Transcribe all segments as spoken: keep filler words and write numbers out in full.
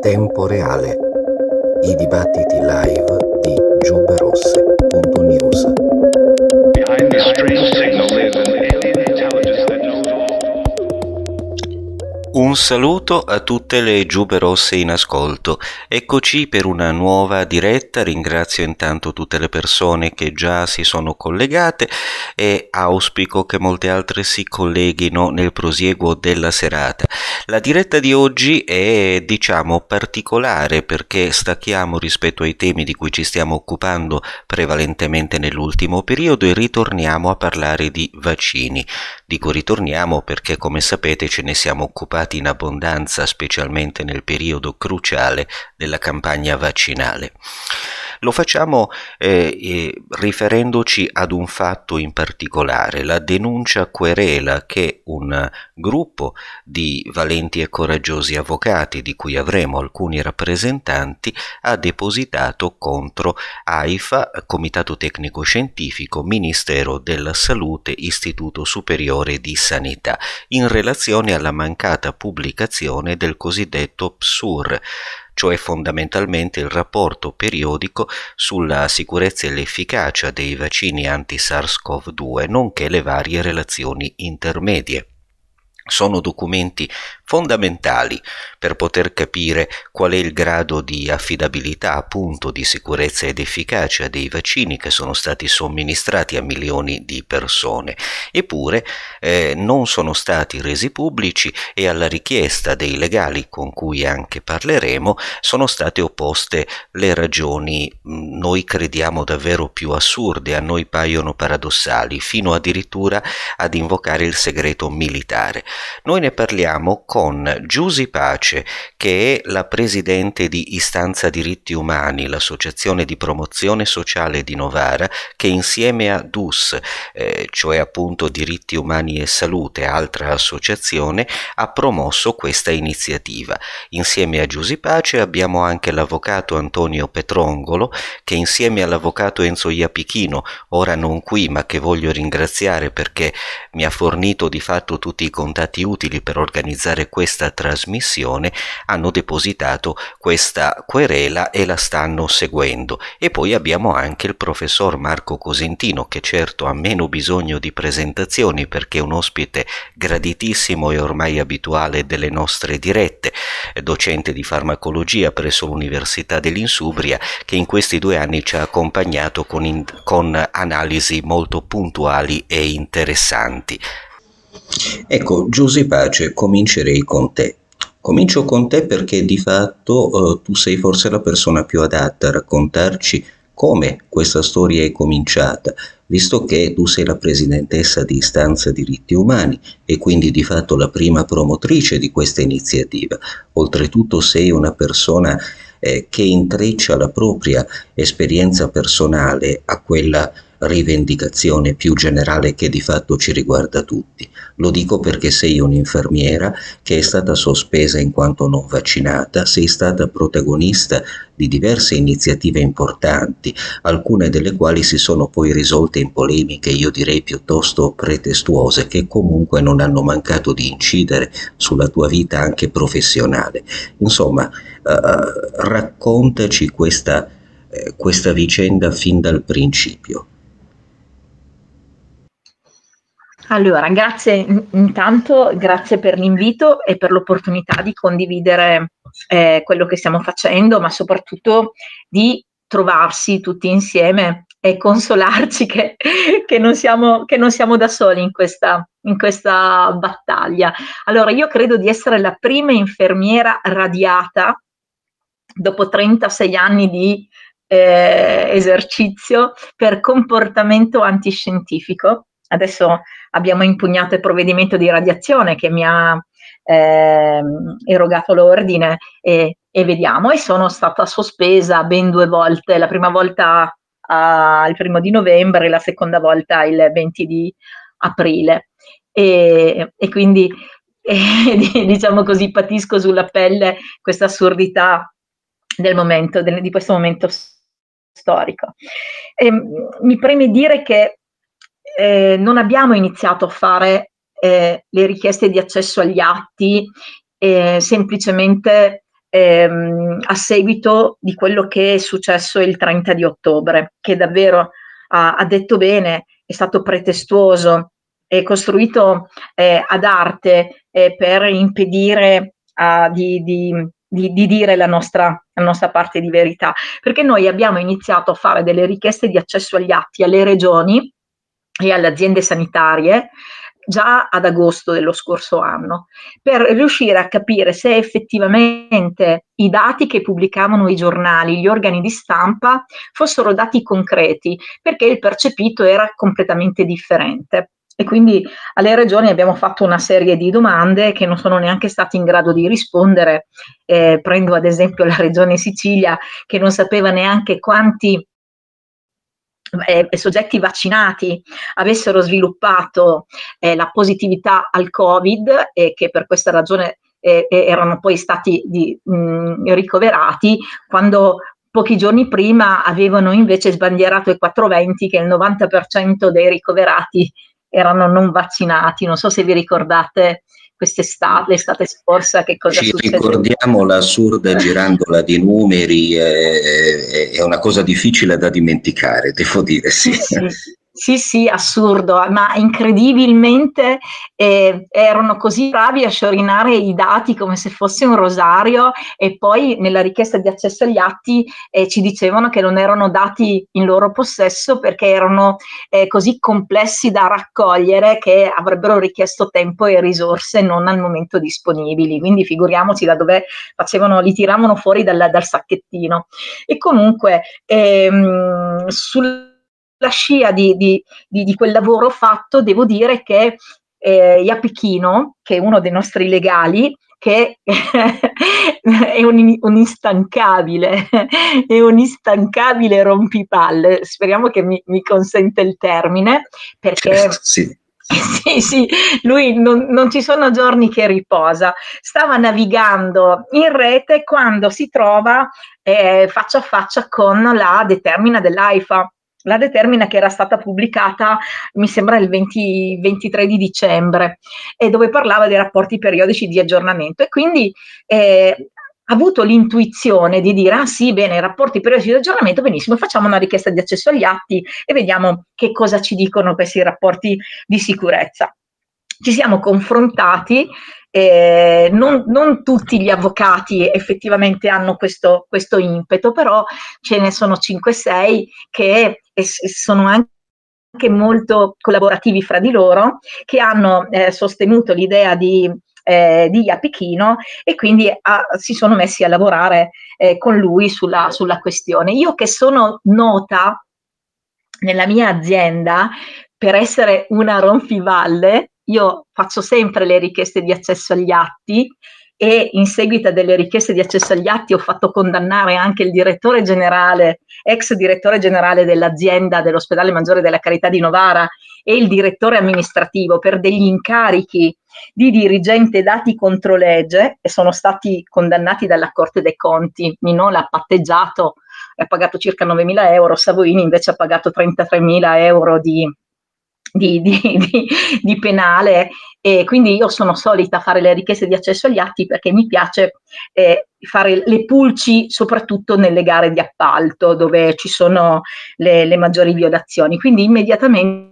Tempo reale. I dibattiti live di Giube Rosse punto news. Behind this strange signal lives an alien intelligence that knows all. Un saluto a tutte le Giube Rosse in ascolto. Eccoci per una nuova diretta. Ringrazio intanto tutte le persone che già si sono collegate e auspico che molte altre si colleghino nel prosieguo della serata. La diretta di oggi è, diciamo, particolare perché stacchiamo rispetto ai temi di cui ci stiamo occupando prevalentemente nell'ultimo periodo e ritorniamo a parlare di vaccini. Dico ritorniamo perché, come sapete, ce ne siamo occupati in abbondanza, specialmente nel periodo cruciale della campagna vaccinale. Lo facciamo eh, eh, riferendoci ad un fatto in particolare, la denuncia querela che un gruppo di valenti e coraggiosi avvocati, di cui avremo alcuni rappresentanti, ha depositato contro AIFA, Comitato Tecnico Scientifico, Ministero della Salute, Istituto Superiore di Sanità, in relazione alla mancata pubblicazione del cosiddetto P S U R, cioè fondamentalmente il rapporto periodico sulla sicurezza e l'efficacia dei vaccini anti-SARS-CoV due, nonché le varie relazioni intermedie. Sono documenti fondamentali per poter capire qual è il grado di affidabilità, appunto, di sicurezza ed efficacia dei vaccini che sono stati somministrati a milioni di persone. Eppure eh, non sono stati resi pubblici e alla richiesta dei legali, con cui anche parleremo, sono state opposte le ragioni, noi crediamo davvero più assurde, a noi paiono paradossali, fino addirittura ad invocare il segreto militare. Noi ne parliamo con Giusy Pace, che è la presidente di Istanza Diritti Umani, l'associazione di promozione sociale di Novara, che insieme a D U S, eh, cioè appunto Diritti Umani e Salute, altra associazione, ha promosso questa iniziativa. Insieme a Giusy Pace abbiamo anche l'avvocato Antonio Petrongolo, che insieme all'avvocato Enzo Iapichino, ora non qui ma che voglio ringraziare perché mi ha fornito di fatto tutti i contatti utili per organizzare questa trasmissione, hanno depositato questa querela e la stanno seguendo. E poi abbiamo anche il professor Marco Cosentino, che certo ha meno bisogno di presentazioni perché è un ospite graditissimo e ormai abituale delle nostre dirette, docente di farmacologia presso l'Università dell'Insubria, che in questi due anni ci ha accompagnato con, in, con analisi molto puntuali e interessanti. Ecco, Giusy Pace, comincerei con te. Comincio con te perché di fatto eh, tu sei forse la persona più adatta a raccontarci come questa storia è cominciata, visto che tu sei la presidentessa di Istanza Diritti Umani e quindi di fatto la prima promotrice di questa iniziativa. Oltretutto sei una persona eh, che intreccia la propria esperienza personale a quella rivendicazione più generale che di fatto ci riguarda tutti. Lo dico perché sei un'infermiera che è stata sospesa in quanto non vaccinata, sei stata protagonista di diverse iniziative importanti, alcune delle quali si sono poi risolte in polemiche, io direi piuttosto pretestuose, che comunque non hanno mancato di incidere sulla tua vita anche professionale. Insomma, eh, raccontaci questa, eh, questa vicenda fin dal principio. Allora, grazie intanto, grazie per l'invito e per l'opportunità di condividere eh, quello che stiamo facendo, ma soprattutto di trovarsi tutti insieme e consolarci che, che, non, siamo, che non siamo da soli in questa, in questa battaglia. Allora, io credo di essere la prima infermiera radiata dopo trentasei anni di eh, esercizio per comportamento antiscientifico. Adesso abbiamo impugnato il provvedimento di radiazione che mi ha eh, erogato l'ordine e, e vediamo, e sono stata sospesa ben due volte, la prima volta uh, il primo di novembre e la seconda volta il venti di aprile e, e quindi eh, diciamo così patisco sulla pelle questa assurdità del momento, del, di questo momento storico. E, mi preme dire che Eh, non abbiamo iniziato a fare eh, le richieste di accesso agli atti eh, semplicemente ehm, a seguito di quello che è successo il trenta di ottobre, che davvero ha, ha detto bene, è stato pretestuoso, è costruito eh, ad arte eh, per impedire uh, di, di, di, di dire la nostra, la nostra parte di verità, perché noi abbiamo iniziato a fare delle richieste di accesso agli atti alle regioni e alle aziende sanitarie già ad agosto dello scorso anno, per riuscire a capire se effettivamente i dati che pubblicavano i giornali, gli organi di stampa, fossero dati concreti, perché il percepito era completamente differente. E quindi alle regioni abbiamo fatto una serie di domande che non sono neanche stati in grado di rispondere. Eh, prendo ad esempio la regione Sicilia, che non sapeva neanche quanti Eh, soggetti vaccinati avessero sviluppato eh, la positività al Covid e che per questa ragione eh, erano poi stati di, mh, ricoverati, quando pochi giorni prima avevano invece sbandierato i quattrocentoventi che il novanta per cento dei ricoverati erano non vaccinati. Non so se vi ricordate quest'estate, l'estate scorsa, che cosa Ci succede. ricordiamo l'assurda girandola di numeri, eh, è una cosa difficile da dimenticare, devo dire, sì. Sì, sì, sì, sì, assurdo, ma incredibilmente eh, erano così bravi a sciorinare i dati come se fosse un rosario, e poi nella richiesta di accesso agli atti eh, ci dicevano che non erano dati in loro possesso perché erano eh, così complessi da raccogliere che avrebbero richiesto tempo e risorse non al momento disponibili. Quindi figuriamoci da dove facevano, li tiravano fuori dal, dal sacchettino. E comunque ehm, sul la scia di, di, di, di quel lavoro fatto, devo dire che eh, Iapichino, che è uno dei nostri legali, che è un, un instancabile, è un instancabile rompipalle, speriamo che mi, mi consente il termine, perché Certo, sì. Sì, sì, lui non, non ci sono giorni che riposa. Stava navigando in rete quando si trova eh, faccia a faccia con la determina dell'AIFA. La determina che era stata pubblicata, mi sembra, il venti, ventitré di dicembre, e dove parlava dei rapporti periodici di aggiornamento. E quindi eh, ha avuto l'intuizione di dire: ah sì, bene, i rapporti periodici di aggiornamento, benissimo, facciamo una richiesta di accesso agli atti e vediamo che cosa ci dicono questi rapporti di sicurezza. Ci siamo confrontati, eh, non, non tutti gli avvocati effettivamente hanno questo, questo impeto, però ce ne sono cinque sei che sono anche anche molto collaborativi fra di loro, che hanno eh, sostenuto l'idea di, eh, di Iapichino, e quindi a, si sono messi a lavorare eh, con lui sulla, sulla questione. Io, che sono nota nella mia azienda per essere una rompivalle, io faccio sempre le richieste di accesso agli atti, e in seguito a delle richieste di accesso agli atti ho fatto condannare anche il direttore generale, ex direttore generale dell'azienda dell'Ospedale Maggiore della Carità di Novara, e il direttore amministrativo per degli incarichi di dirigente dati contro legge, e sono stati condannati dalla Corte dei Conti. Ninò l'ha patteggiato, ha pagato circa novemila euro, Savoini invece ha pagato trentatremila euro di, di, di, di, di penale. E quindi io sono solita fare le richieste di accesso agli atti perché mi piace eh, fare le pulci soprattutto nelle gare di appalto dove ci sono le, le maggiori violazioni. Quindi immediatamente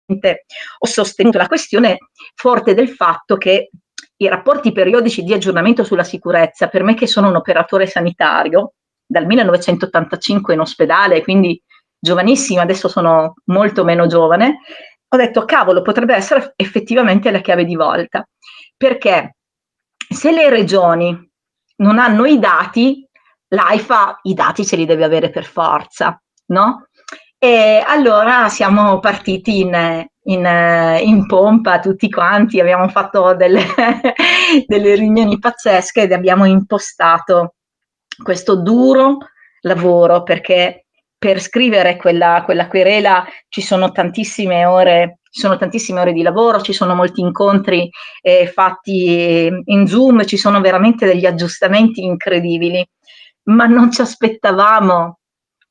ho sostenuto la questione, forte del fatto che i rapporti periodici di aggiornamento sulla sicurezza, per me che sono un operatore sanitario dal millenovecentottantacinque in ospedale, quindi giovanissima, adesso sono molto meno giovane, ho detto: cavolo, potrebbe essere effettivamente la chiave di volta, perché se le regioni non hanno i dati, l'AIFA i dati ce li deve avere per forza, no? E allora siamo partiti in, in, in pompa tutti quanti, abbiamo fatto delle, delle riunioni pazzesche ed abbiamo impostato questo duro lavoro, perché per scrivere quella, quella querela ci sono tantissime ore, ci sono tantissime ore di lavoro, ci sono molti incontri eh, fatti in Zoom, ci sono veramente degli aggiustamenti incredibili, ma non ci aspettavamo.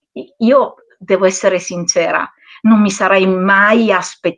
Io devo essere sincera, non mi sarei mai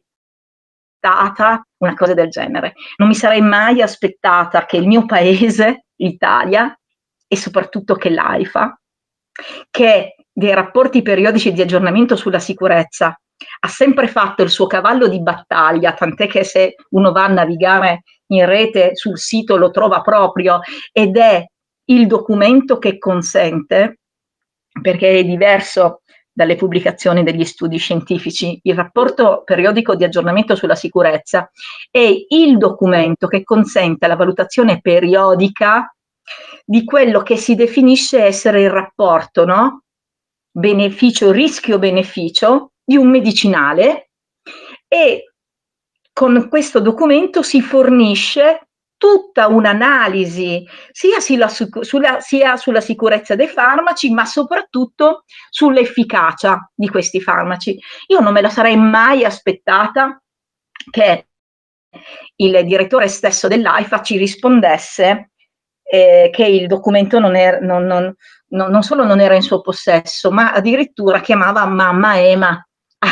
aspettata una cosa del genere, non mi sarei mai aspettata che il mio paese, l'Italia, e soprattutto che l'AIFA, che dei rapporti periodici di aggiornamento sulla sicurezza ha sempre fatto il suo cavallo di battaglia, tant'è che se uno va a navigare in rete sul sito lo trova proprio, ed è il documento che consente, perché è diverso dalle pubblicazioni degli studi scientifici, il rapporto periodico di aggiornamento sulla sicurezza è il documento che consente la valutazione periodica di quello che si definisce essere il rapporto, no? Beneficio, rischio-beneficio di un medicinale, e con questo documento si fornisce tutta un'analisi sia sulla, sulla, sia sulla sicurezza dei farmaci, ma soprattutto sull'efficacia di questi farmaci. Io non me la sarei mai aspettata che il direttore stesso dell'AIFA ci rispondesse eh, che il documento non, era, non, non, non, non solo non era in suo possesso, ma addirittura chiamava mamma Ema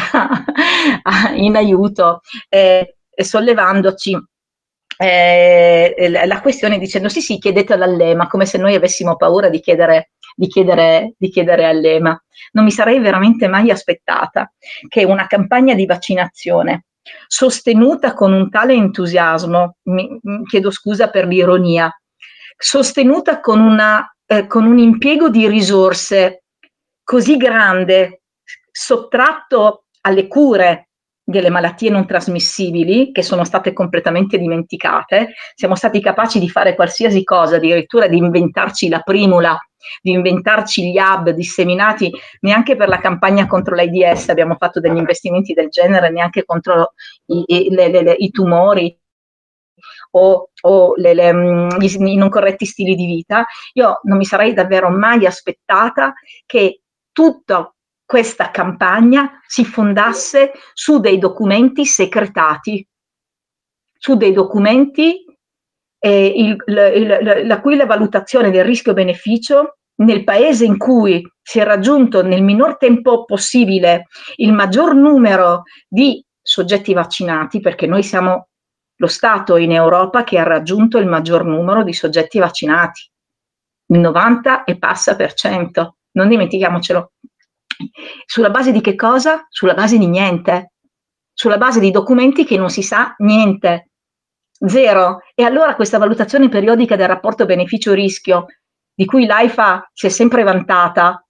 in aiuto, eh, sollevandoci eh, la questione dicendo sì sì, chiedetelo all'Ema, come se noi avessimo paura di chiedere, di chiedere, di chiedere all'Ema. Non mi sarei veramente mai aspettata che una campagna di vaccinazione sostenuta con un tale entusiasmo, mi, mi chiedo scusa per l'ironia, sostenuta con, una, eh, con un impiego di risorse così grande, sottratto alle cure delle malattie non trasmissibili, che sono state completamente dimenticate, siamo stati capaci di fare qualsiasi cosa, addirittura di inventarci la primula, di inventarci gli hub disseminati, neanche per la campagna contro l'AIDS abbiamo fatto degli investimenti del genere, neanche contro i, i, le, le, le, i tumori o, o le, le, gli, i non corretti stili di vita. Io non mi sarei davvero mai aspettata che tutta questa campagna si fondasse su dei documenti segretati, su dei documenti eh, il, il, la cui la valutazione del rischio-beneficio nel paese in cui si è raggiunto nel minor tempo possibile il maggior numero di soggetti vaccinati, perché noi siamo lo Stato in Europa che ha raggiunto il maggior numero di soggetti vaccinati, il novanta e passa per cento, non dimentichiamocelo. Sulla base di che cosa? Sulla base di niente, sulla base di documenti che non si sa niente, zero. E allora questa valutazione periodica del rapporto beneficio-rischio, di cui l'AIFA si è sempre vantata,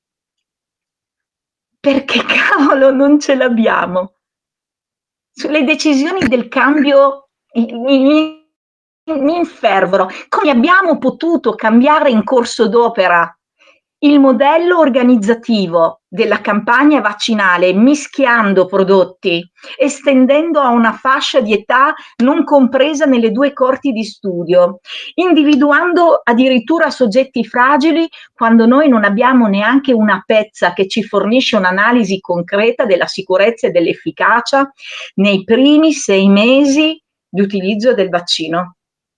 perché cavolo non ce l'abbiamo? Sulle decisioni del cambio mi, mi infervoro. Come abbiamo potuto cambiare in corso d'opera il modello organizzativo della campagna vaccinale, mischiando prodotti, estendendo a una fascia di età non compresa nelle due corti di studio, individuando addirittura soggetti fragili quando noi non abbiamo neanche una pezza che ci fornisce un'analisi concreta della sicurezza e dell'efficacia nei primi sei mesi di utilizzo del vaccino.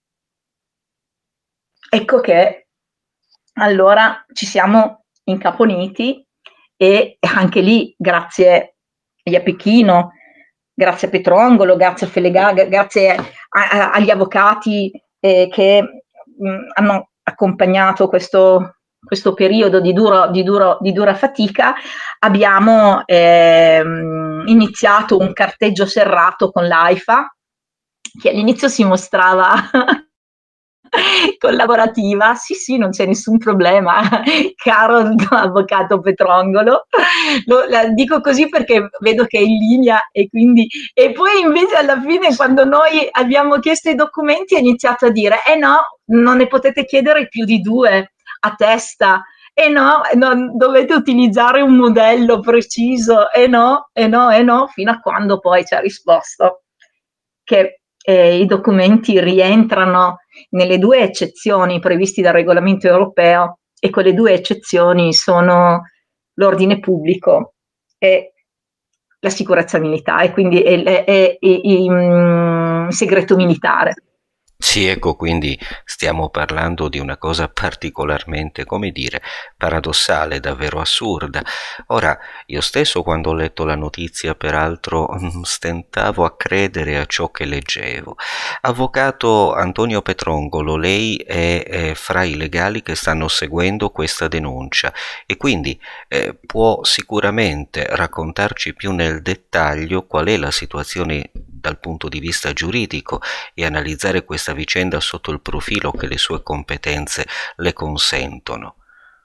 Ecco che allora ci siamo incaponiti, e anche lì grazie a Pechino, grazie a Pietrangelo, grazie a Felega, grazie a, a, agli avvocati eh, che mh, hanno accompagnato questo, questo periodo di, duro, di, duro, di dura fatica, abbiamo eh, iniziato un carteggio serrato con l'AIFA, che all'inizio si mostrava collaborativa, sì sì, non c'è nessun problema, caro avvocato Pietrangelo, lo, la dico così perché vedo che è in linea, e quindi, e poi invece alla fine quando noi abbiamo chiesto i documenti ha iniziato a dire eh no, non ne potete chiedere più di due a testa, e eh no, non, dovete utilizzare un modello preciso, e eh no, e eh no, e eh no, fino a quando poi ci ha risposto che eh, i documenti rientrano nelle due eccezioni previste dal regolamento europeo, e quelle due eccezioni sono l'ordine pubblico e la sicurezza militare, quindi il segreto militare. Sì, ecco, quindi stiamo parlando di una cosa particolarmente, come dire, paradossale, davvero assurda. Ora, io stesso quando ho letto la notizia, peraltro, mm, stentavo a credere a ciò che leggevo. Avvocato Antonio Petrongolo, lei è, è fra i legali che stanno seguendo questa denuncia e quindi eh, può sicuramente raccontarci più nel dettaglio qual è la situazione dal punto di vista giuridico e analizzare questa vicenda sotto il profilo che le sue competenze le consentono.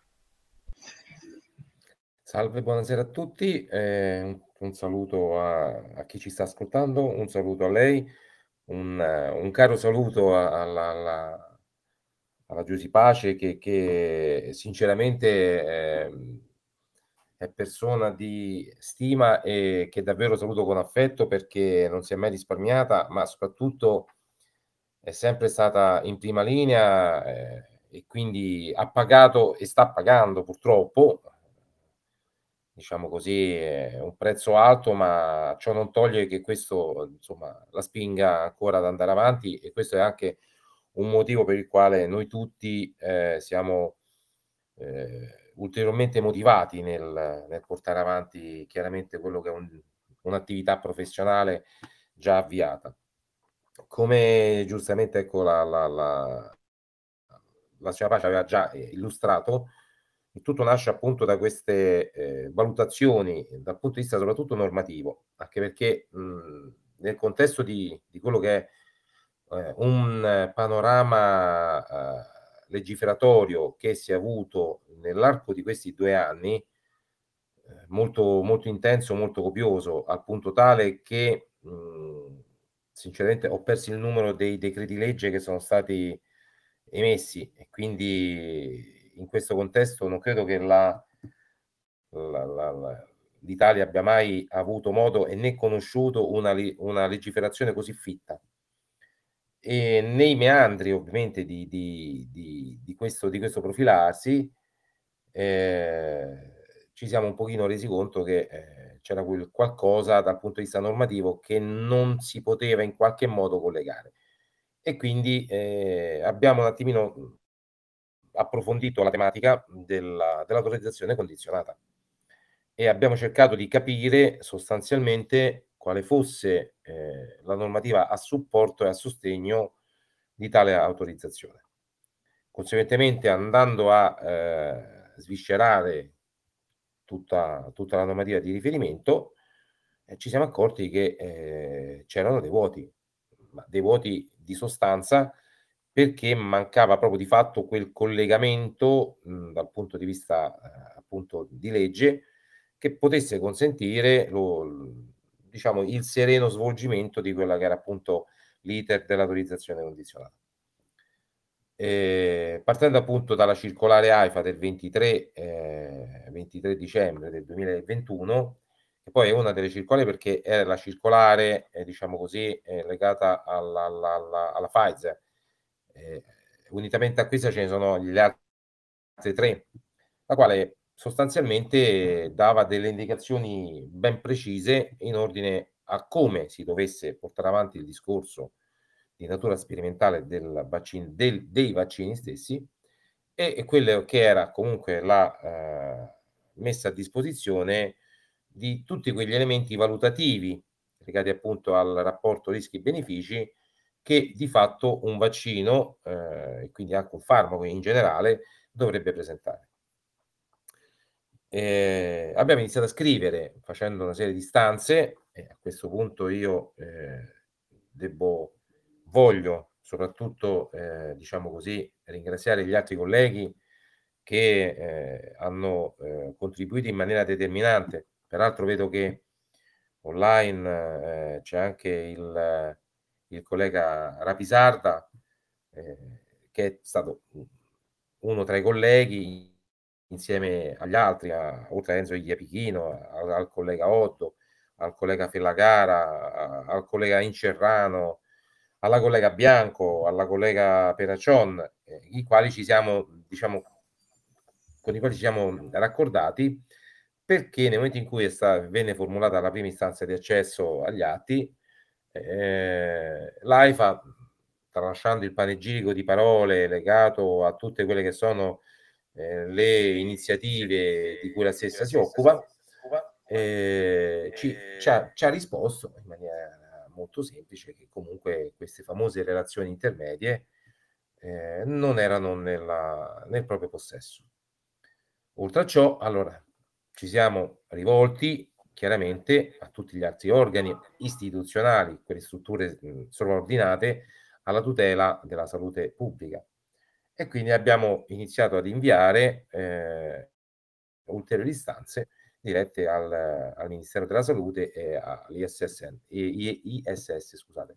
Salve, buonasera a tutti, eh, un, un saluto a, a chi ci sta ascoltando, un saluto a lei, un, eh, un caro saluto a- alla, alla, alla Giusy Pace che, che sinceramente ehm, è persona di stima e che davvero saluto con affetto perché non si è mai risparmiata, ma soprattutto è sempre stata in prima linea eh, e quindi ha pagato e sta pagando purtroppo, diciamo così, è un prezzo alto, ma ciò non toglie che questo, insomma, la spinga ancora ad andare avanti e questo è anche un motivo per il quale noi tutti eh, siamo eh, ulteriormente motivati nel, nel portare avanti chiaramente quello che è un- un'attività professionale già avviata. Come giustamente ecco, la, la, la, la signora Pace aveva già eh, illustrato, il tutto nasce appunto da queste eh, valutazioni dal punto di vista soprattutto normativo, anche perché mh, nel contesto di, di quello che è eh, un eh, panorama eh, legislatorio che si è avuto nell'arco di questi due anni, eh, molto, molto intenso, molto copioso, al punto tale che mh, sinceramente ho perso il numero dei decreti legge che sono stati emessi e quindi in questo contesto non credo che la, la- la- la- l'Italia abbia mai avuto modo e né conosciuto una, li- una legiferazione così fitta. E nei meandri ovviamente di, di- di- di questo, di questo profilarsi, eh, ci siamo un pochino resi conto che eh, c'era quel qualcosa dal punto di vista normativo che non si poteva in qualche modo collegare. E quindi eh, abbiamo un attimino mh, approfondito la tematica della- dell'autorizzazione condizionata e abbiamo cercato di capire sostanzialmente quale fosse eh, la normativa a supporto e a sostegno di tale autorizzazione. Conseguentemente, andando a eh, sviscerare tutta, tutta la normativa di riferimento, eh, ci siamo accorti che eh, c'erano dei vuoti, ma dei vuoti di sostanza perché mancava proprio di fatto quel collegamento mh, dal punto di vista eh, appunto di legge che potesse consentire lo, diciamo, il sereno svolgimento di quella che era appunto l'iter dell'autorizzazione condizionata. Eh, partendo appunto dalla circolare AIFA del ventitré, eh, ventitré dicembre del duemilaventuno, che poi è una delle circolari perché è la circolare, eh, diciamo così, eh, legata alla, alla, alla, alla Pfizer. Eh, unitamente a questa ce ne sono gli altri tre, la quale sostanzialmente dava delle indicazioni ben precise in ordine a come si dovesse portare avanti il discorso di natura sperimentale del vaccin- del- dei vaccini stessi e, e quello che era comunque la eh, messa a disposizione di tutti quegli elementi valutativi legati appunto al rapporto rischi-benefici che di fatto un vaccino eh, e quindi anche un farmaco in generale dovrebbe presentare. Eh, abbiamo iniziato a scrivere facendo una serie di stanze e a questo punto io eh, devo, voglio soprattutto, eh, diciamo così, ringraziare gli altri colleghi che eh, hanno eh, contribuito in maniera determinante. Peraltro vedo che online eh, c'è anche il, il collega Rapisarda, eh, che è stato uno tra i colleghi insieme agli altri, a, oltre a Enzo Igliapichino, al, al collega Otto, al collega Fellagara, a- al collega Incerrano, alla collega Bianco, alla collega Peraccion, eh, i quali ci siamo, diciamo, con i quali ci siamo raccordati perché nel momento in cui è sta- venne formulata la prima istanza di accesso agli atti, eh, l'AIFA tralasciando il panegirico di parole legato a tutte quelle che sono eh, le iniziative di cui la stessa si occupa, eh, ci, ci, ha, ci ha risposto in maniera molto semplice che comunque queste famose relazioni intermedie eh, non erano nella, nel proprio possesso. Oltre a ciò, allora, ci siamo rivolti chiaramente a tutti gli altri organi istituzionali, quelle strutture mh, sovraordinate alla tutela della salute pubblica. E quindi abbiamo iniziato ad inviare eh, ulteriori istanze dirette al, al Ministero della Salute e all'I S S N, I S S, scusate.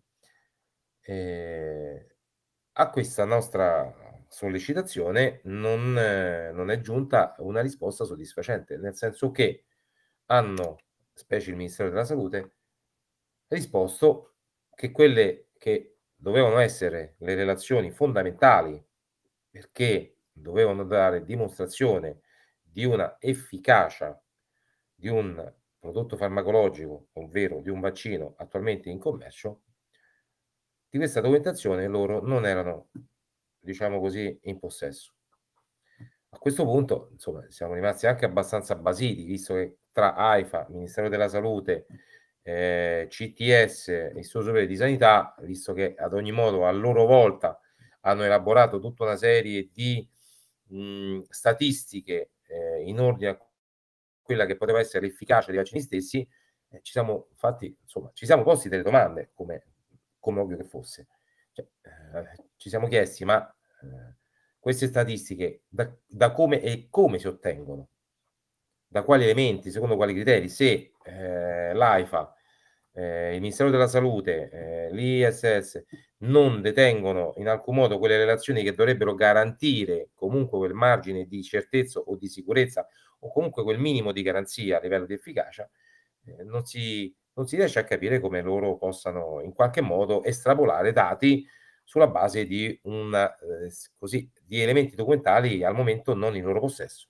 Eh, a questa nostra sollecitazione non, eh, non è giunta una risposta soddisfacente, nel senso che hanno, specie il Ministero della Salute, risposto che quelle che dovevano essere le relazioni fondamentali perché dovevano dare dimostrazione di una efficacia di un prodotto farmacologico, ovvero di un vaccino attualmente in commercio, di questa documentazione loro non erano, diciamo così, in possesso. A questo punto, insomma, siamo rimasti anche abbastanza basiti, visto che tra AIFA, Ministero della Salute, eh, C T S e Istituto Superiore di Sanità, visto che ad ogni modo a loro volta hanno elaborato tutta una serie di mh, statistiche eh, in ordine a quella che poteva essere l'efficacia dei vaccini stessi, eh, ci siamo fatti, insomma, ci siamo posti delle domande, come, come ovvio che fosse. Cioè, eh, ci siamo chiesti, ma eh, queste statistiche da, da come e come si ottengono? Da quali elementi, secondo quali criteri? Se eh, l'AIFA, eh, il Ministero della Salute, eh, l'I S S non detengono in alcun modo quelle relazioni che dovrebbero garantire comunque quel margine di certezza o di sicurezza o comunque quel minimo di garanzia a livello di efficacia, eh, non, si, non si riesce a capire come loro possano in qualche modo estrapolare dati sulla base di, una, eh, così, di elementi documentali al momento non in loro possesso.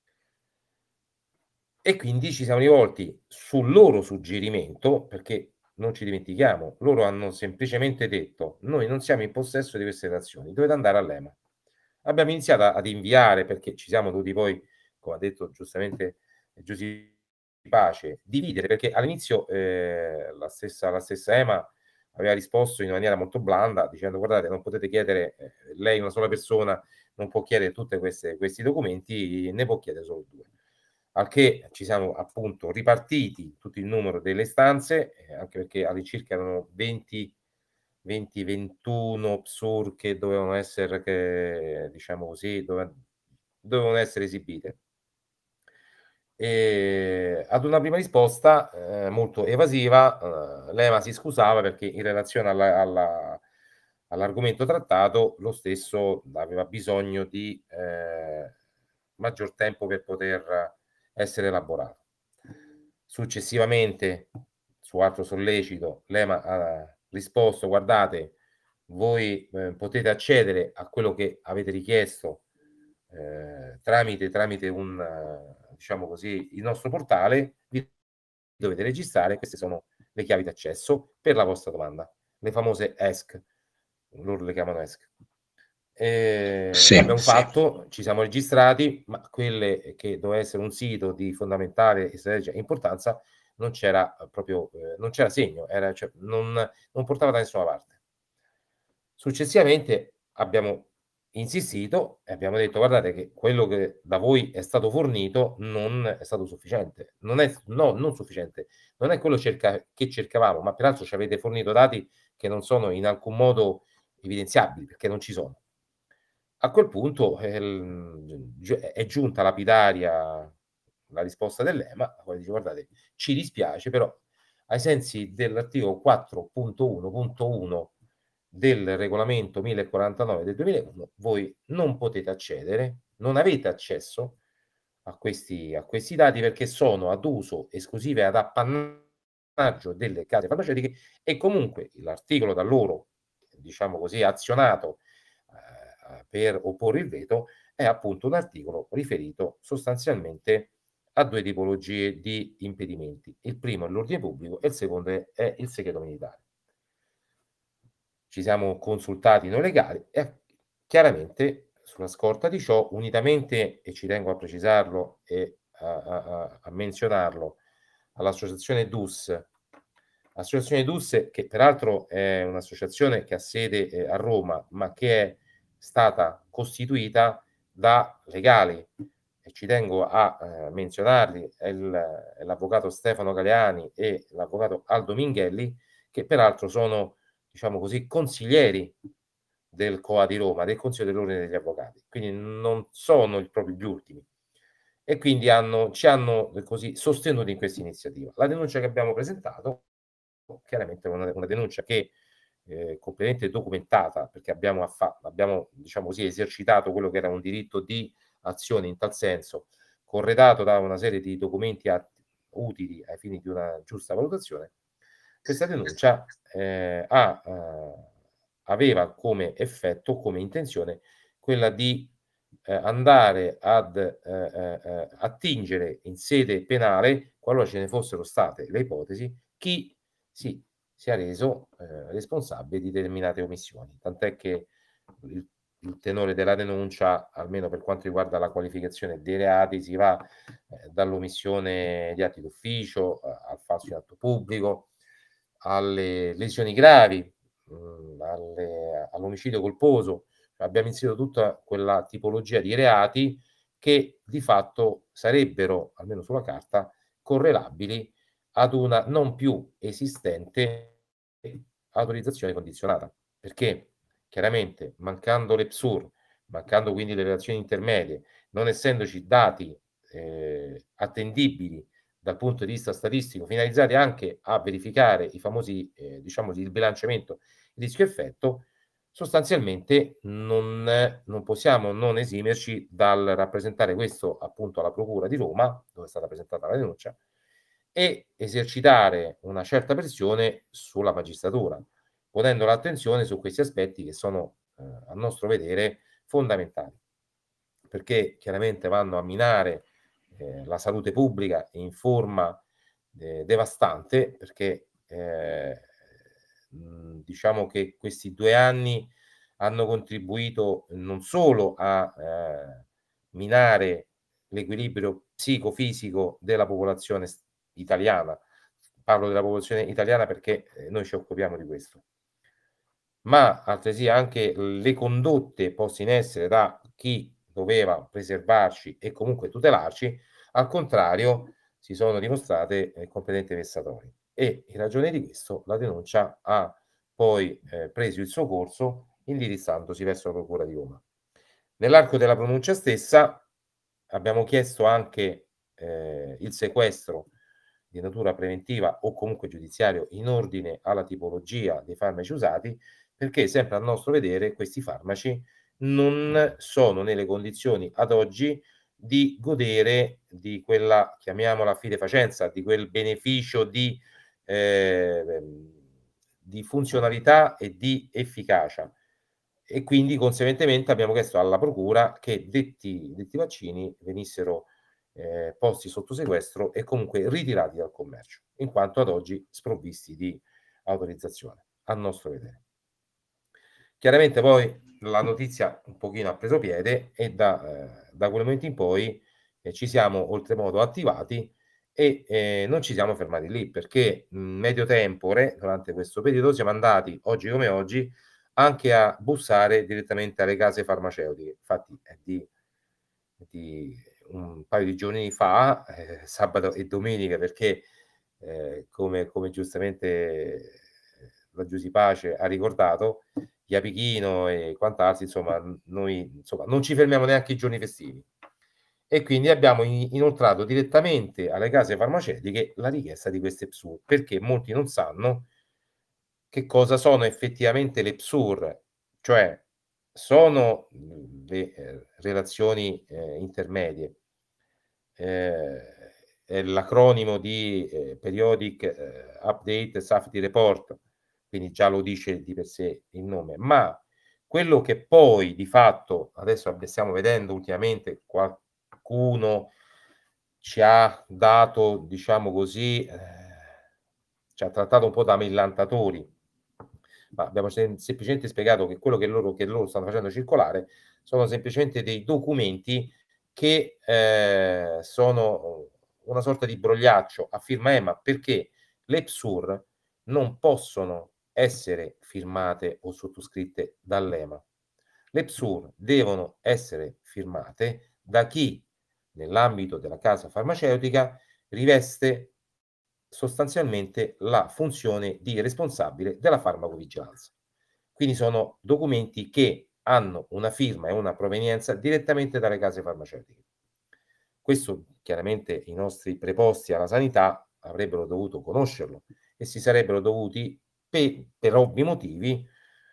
E quindi ci siamo rivolti sul loro suggerimento, perché non ci dimentichiamo, loro hanno semplicemente detto: noi non siamo in possesso di queste relazioni, dovete andare all'E M A. Abbiamo iniziato ad inviare, perché ci siamo dovuti poi, come ha detto giustamente Giusy Pace, dividere, perché all'inizio eh, la, stessa, la stessa E M A aveva risposto in maniera molto blanda dicendo: guardate, non potete chiedere, eh, lei una sola persona non può chiedere tutti questi documenti, ne può chiedere solo due. Al che ci siamo appunto ripartiti tutto il numero delle istanze, eh, anche perché all'incirca erano venti ventuno P S U R che dovevano essere, che, diciamo così, dove, dovevano essere esibite. E ad una prima risposta eh, molto evasiva, eh, l'E M A si scusava perché in relazione alla, alla, all'argomento trattato lo stesso aveva bisogno di eh, maggior tempo per poter essere elaborato. Successivamente, su altro sollecito, l'E M A ha risposto: guardate, voi eh, potete accedere a quello che avete richiesto eh, tramite, tramite un, uh, diciamo così, il nostro portale, vi dovete registrare, queste sono le chiavi d'accesso per la vostra domanda, le famose E S C, loro le chiamano E S C. Eh, Sì. l'abbiamo fatto, ci siamo registrati, ma quelle che doveva essere un sito di fondamentale e strategica importanza non c'era proprio, eh, non c'era segno, era, cioè, non, non portava da nessuna parte. Successivamente abbiamo insistito e abbiamo detto: guardate che quello che da voi è stato fornito non è stato sufficiente, non è no, non sufficiente, non è quello cerca, che cercavamo, ma peraltro ci avete fornito dati che non sono in alcun modo evidenziabili, perché non ci sono. A quel punto eh, è giunta lapidaria la risposta dell'E M A, la quale dice: guardate, ci dispiace, però ai sensi dell'articolo quattro punto uno punto uno del regolamento mille quarantanove del duemilauno, voi non potete accedere, non avete accesso a questi, a questi dati perché sono ad uso esclusivo e ad appannaggio delle case farmaceutiche, e comunque l'articolo da loro, diciamo così, azionato eh, per opporre il veto è appunto un articolo riferito sostanzialmente a due tipologie di impedimenti. Il primo è l'ordine pubblico e il secondo è il segreto militare. ci siamo consultati noi legali e chiaramente sulla scorta di ciò, unitamente, e ci tengo a precisarlo e a, a, a, a menzionarlo, all'associazione D U S, associazione D U S che peraltro è un'associazione che ha sede eh, a Roma, ma che è stata costituita da legali, e ci tengo a eh, menzionarli, è, il, è l'avvocato Stefano Galeani e l'avvocato Aldo Minghelli, che peraltro sono, diciamo così, consiglieri del C O A di Roma, del Consiglio dell'Ordine degli Avvocati, quindi non sono il, proprio gli ultimi, e quindi hanno, ci hanno così sostenuto in questa iniziativa. La denuncia che abbiamo presentato, chiaramente è una, una denuncia che eh, completamente documentata, perché abbiamo, affa- abbiamo diciamo così, esercitato quello che era un diritto di azione in tal senso, corredato da una serie di documenti atti, utili ai fini di una giusta valutazione. Questa denuncia eh, ha, eh, aveva come effetto, come intenzione, quella di eh, andare ad eh, eh, attingere in sede penale, qualora ce ne fossero state le ipotesi, chi si sia reso eh, responsabile di determinate omissioni. Tant'è che il, il tenore della denuncia, almeno per quanto riguarda la qualificazione dei reati, si va eh, dall'omissione di atti d'ufficio eh, al falso in atto pubblico, alle lesioni gravi, mh, alle, all'omicidio colposo. Abbiamo inserito tutta quella tipologia di reati che di fatto sarebbero, almeno sulla carta, correlabili ad una non più esistente autorizzazione condizionata, perché chiaramente mancando le P S U R, mancando quindi le relazioni intermedie, non essendoci dati eh, attendibili dal punto di vista statistico, finalizzati anche a verificare i famosi, eh, diciamo, il bilanciamento rischio-effetto, sostanzialmente non, non possiamo non esimerci dal rappresentare questo appunto alla Procura di Roma, dove è stata presentata la denuncia, e esercitare una certa pressione sulla magistratura, ponendo l'attenzione su questi aspetti che sono, eh, a nostro vedere, fondamentali, perché chiaramente vanno a minare eh, la salute pubblica in forma eh, devastante, perché eh, mh, diciamo che questi due anni hanno contribuito non solo a eh, minare l'equilibrio psicofisico della popolazione italiana, parlo della popolazione italiana perché eh, noi ci occupiamo di questo, ma altresì anche le condotte poste in essere da chi doveva preservarci e comunque tutelarci, al contrario, si sono dimostrate eh, completamente vessatorie. E in ragione di questo la denuncia ha poi eh, preso il suo corso indirizzandosi verso la Procura di Roma. Nell'arco della pronuncia stessa abbiamo chiesto anche eh, il sequestro di natura preventiva o comunque giudiziario in ordine alla tipologia dei farmaci usati, perché sempre a nostro vedere questi farmaci non sono nelle condizioni ad oggi di godere di quella, chiamiamola fidefacenza, di quel beneficio di, eh, di funzionalità e di efficacia. E quindi conseguentemente abbiamo chiesto alla Procura che detti, detti vaccini venissero eh, posti sotto sequestro e comunque ritirati dal commercio, in quanto ad oggi sprovvisti di autorizzazione, a nostro vedere. Chiaramente poi la notizia un pochino ha preso piede e da, eh, da quel momento in poi eh, ci siamo oltremodo attivati e eh, non ci siamo fermati lì, perché mh, medio tempore, durante questo periodo, siamo andati, oggi come oggi, anche a bussare direttamente alle case farmaceutiche. Infatti è di, di un paio di giorni fa, eh, sabato e domenica, perché eh, come, come giustamente eh, la Giusy Pace ha ricordato, Iapichino e quant'altro, insomma, noi insomma, non ci fermiamo neanche i giorni festivi. E quindi abbiamo inoltrato direttamente alle case farmaceutiche la richiesta di queste P S U R, perché molti non sanno che cosa sono effettivamente le P S U R, cioè sono le eh, relazioni eh, intermedie, eh, è l'acronimo di eh, Periodic eh, Update Safety Report, quindi già lo dice di per sé il nome, ma quello che poi di fatto adesso stiamo vedendo ultimamente, qualcuno ci ha dato, diciamo così, eh, ci ha trattato un po' da millantatori, ma abbiamo sem- semplicemente spiegato che quello che loro, che loro stanno facendo circolare sono semplicemente dei documenti che eh, sono una sorta di brogliaccio a firma EMA, perché le P S U R non possono essere firmate o sottoscritte dall'EMA. Le P S U R devono essere firmate da chi nell'ambito della casa farmaceutica riveste sostanzialmente la funzione di responsabile della farmacovigilanza. Quindi sono documenti che hanno una firma e una provenienza direttamente dalle case farmaceutiche. Questo chiaramente i nostri preposti alla sanità avrebbero dovuto conoscerlo e si sarebbero dovuti, pe- per ovvi motivi,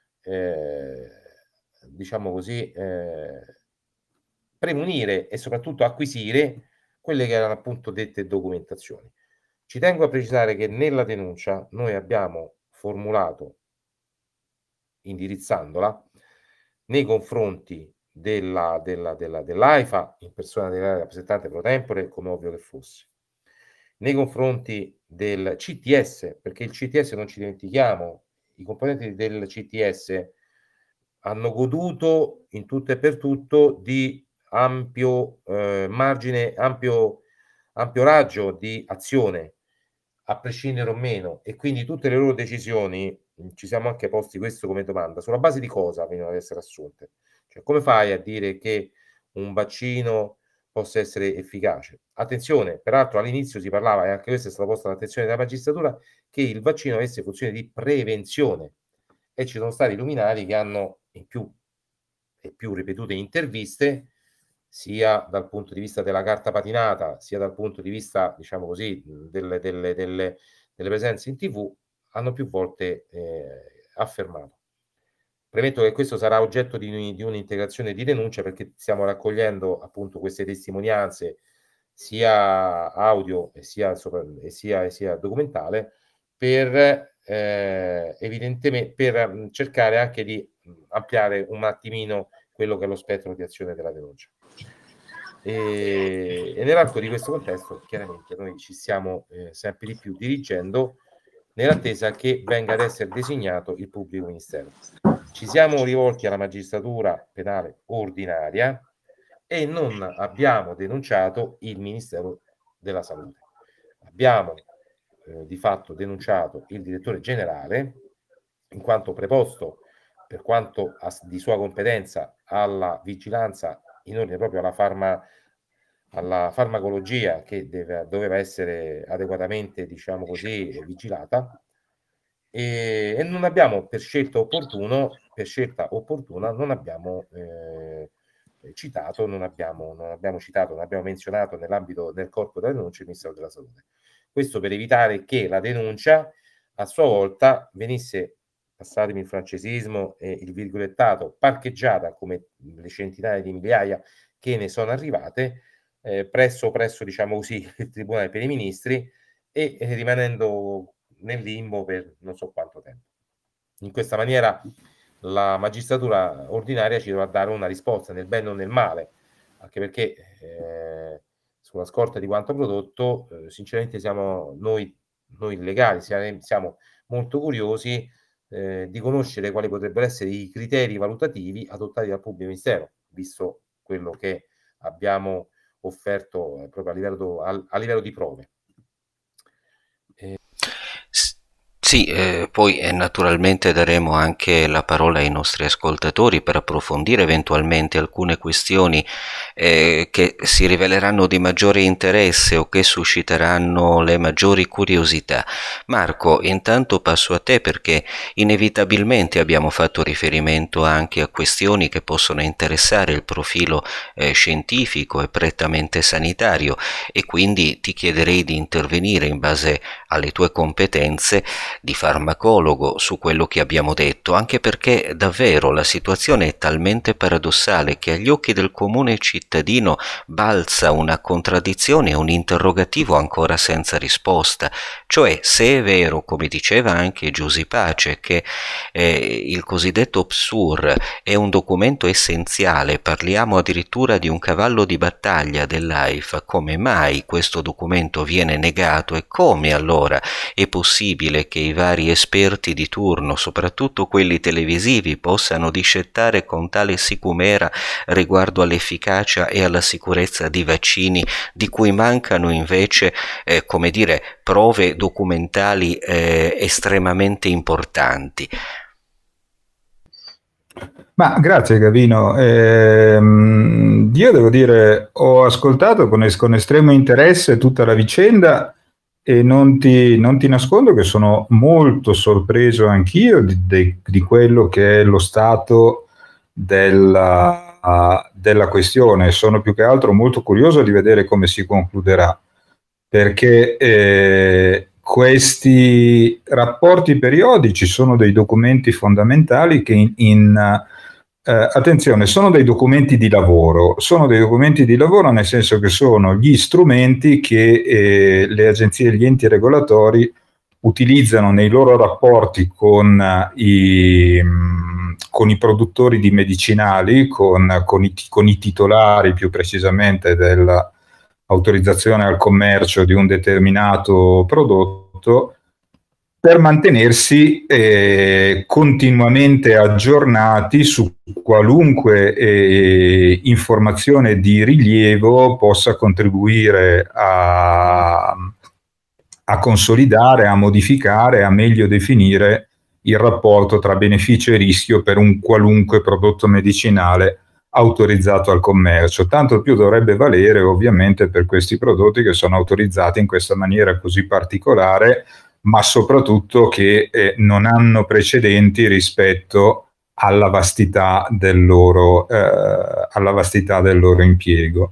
eh, diciamo così, eh, premunire e soprattutto acquisire quelle che erano appunto dette documentazioni. Ci tengo a precisare che nella denuncia noi abbiamo formulato, indirizzandola, nei confronti della, della, della, dell'AIFA, in persona della rappresentante pro tempore, come ovvio che fosse, nei confronti del C T S, perché il C T S, non ci dimentichiamo, i componenti del C T S hanno goduto in tutto e per tutto di ampio eh, margine, ampio, ampio raggio di azione, a prescindere o meno, e quindi tutte le loro decisioni, ci siamo anche posti questo come domanda, sulla base di cosa vengono ad essere assunte? Cioè, come fai a dire che un vaccino possa essere efficace? Attenzione, peraltro all'inizio si parlava, e anche questa è stata posta all'attenzione della magistratura, che il vaccino avesse funzione di prevenzione, e ci sono stati luminari che hanno in più e più ripetute interviste, sia dal punto di vista della carta patinata, sia dal punto di vista, diciamo così, delle, delle, delle, delle presenze in tivù, hanno più volte eh, affermato. Premetto che questo sarà oggetto di, di un'integrazione di denuncia, perché stiamo raccogliendo appunto queste testimonianze, sia audio e sia, sopra, e sia, e sia documentale, per eh, evidentemente per cercare anche di ampliare un attimino quello che è lo spettro di azione della denuncia. E, e nell'arco di questo contesto chiaramente noi ci stiamo eh, sempre di più dirigendo nell'attesa che venga ad essere designato il pubblico ministero. Ci siamo rivolti alla magistratura penale ordinaria e non abbiamo denunciato il Ministero della Salute. Abbiamo eh, di fatto denunciato il direttore generale, in quanto preposto, per quanto di sua competenza, alla vigilanza in ordine proprio alla, farma, alla farmacologia, che deve, doveva essere adeguatamente, diciamo così, vigilata, e, e non abbiamo, per scelta opportuno, per scelta opportuna, non abbiamo eh, citato, non abbiamo, non abbiamo citato, non abbiamo menzionato nell'ambito del corpo della denuncia il Ministero della Salute. Questo per evitare che la denuncia a sua volta venisse, passatemi il francesismo e il virgolettato, parcheggiata come le centinaia di migliaia che ne sono arrivate eh, presso, presso, diciamo così, il Tribunale per i Ministri, e eh, rimanendo nel limbo per non so quanto tempo. In questa maniera la magistratura ordinaria ci dovrà dare una risposta nel bene o nel male, anche perché eh, sulla scorta di quanto prodotto, eh, sinceramente siamo noi, noi legali, siamo molto curiosi eh, di conoscere quali potrebbero essere i criteri valutativi adottati dal pubblico ministero, visto quello che abbiamo offerto eh, proprio a livello, a, a livello di prove. Sì, eh, poi eh, naturalmente daremo anche la parola ai nostri ascoltatori per approfondire eventualmente alcune questioni eh, che si riveleranno di maggiore interesse o che susciteranno le maggiori curiosità. Marco, intanto passo a te, perché inevitabilmente abbiamo fatto riferimento anche a questioni che possono interessare il profilo eh, scientifico e prettamente sanitario, e quindi ti chiederei di intervenire in base alle tue competenze di farmacologo su quello che abbiamo detto, anche perché davvero la situazione è talmente paradossale che agli occhi del comune cittadino balza una contraddizione e un interrogativo ancora senza risposta. Cioè, se è vero, come diceva anche Giusy Pace, che eh, il cosiddetto P S U R è un documento essenziale, parliamo addirittura di un cavallo di battaglia dell'AIFA, come mai questo documento viene negato e come allora è possibile che i vari esperti di turno, soprattutto quelli televisivi, possano discettare con tale sicumera riguardo all'efficacia e alla sicurezza di vaccini di cui mancano invece, eh, come dire, prove documentali eh, estremamente importanti. Ma grazie Gavino, ehm, io devo dire, ho ascoltato con, es- con estremo interesse tutta la vicenda e non ti, non ti nascondo che sono molto sorpreso anch'io di, di- di quello che è lo stato della, ah, della questione. Sono più che altro molto curioso di vedere come si concluderà, perché eh, questi rapporti periodici sono dei documenti fondamentali che in, in eh, attenzione, sono dei documenti di lavoro, sono dei documenti di lavoro nel senso che sono gli strumenti che eh, le agenzie e gli enti regolatori utilizzano nei loro rapporti con eh, i, mh, con i produttori di medicinali, con, con, i, con i titolari più precisamente dell'autorizzazione al commercio di un determinato prodotto, per mantenersi eh, continuamente aggiornati su qualunque eh, informazione di rilievo possa contribuire a, a consolidare, a modificare, a meglio definire il rapporto tra beneficio e rischio per un qualunque prodotto medicinale autorizzato al commercio. Tanto più dovrebbe valere ovviamente per questi prodotti che sono autorizzati in questa maniera così particolare, ma soprattutto che eh, non hanno precedenti rispetto alla vastità del loro, eh, alla vastità del loro impiego.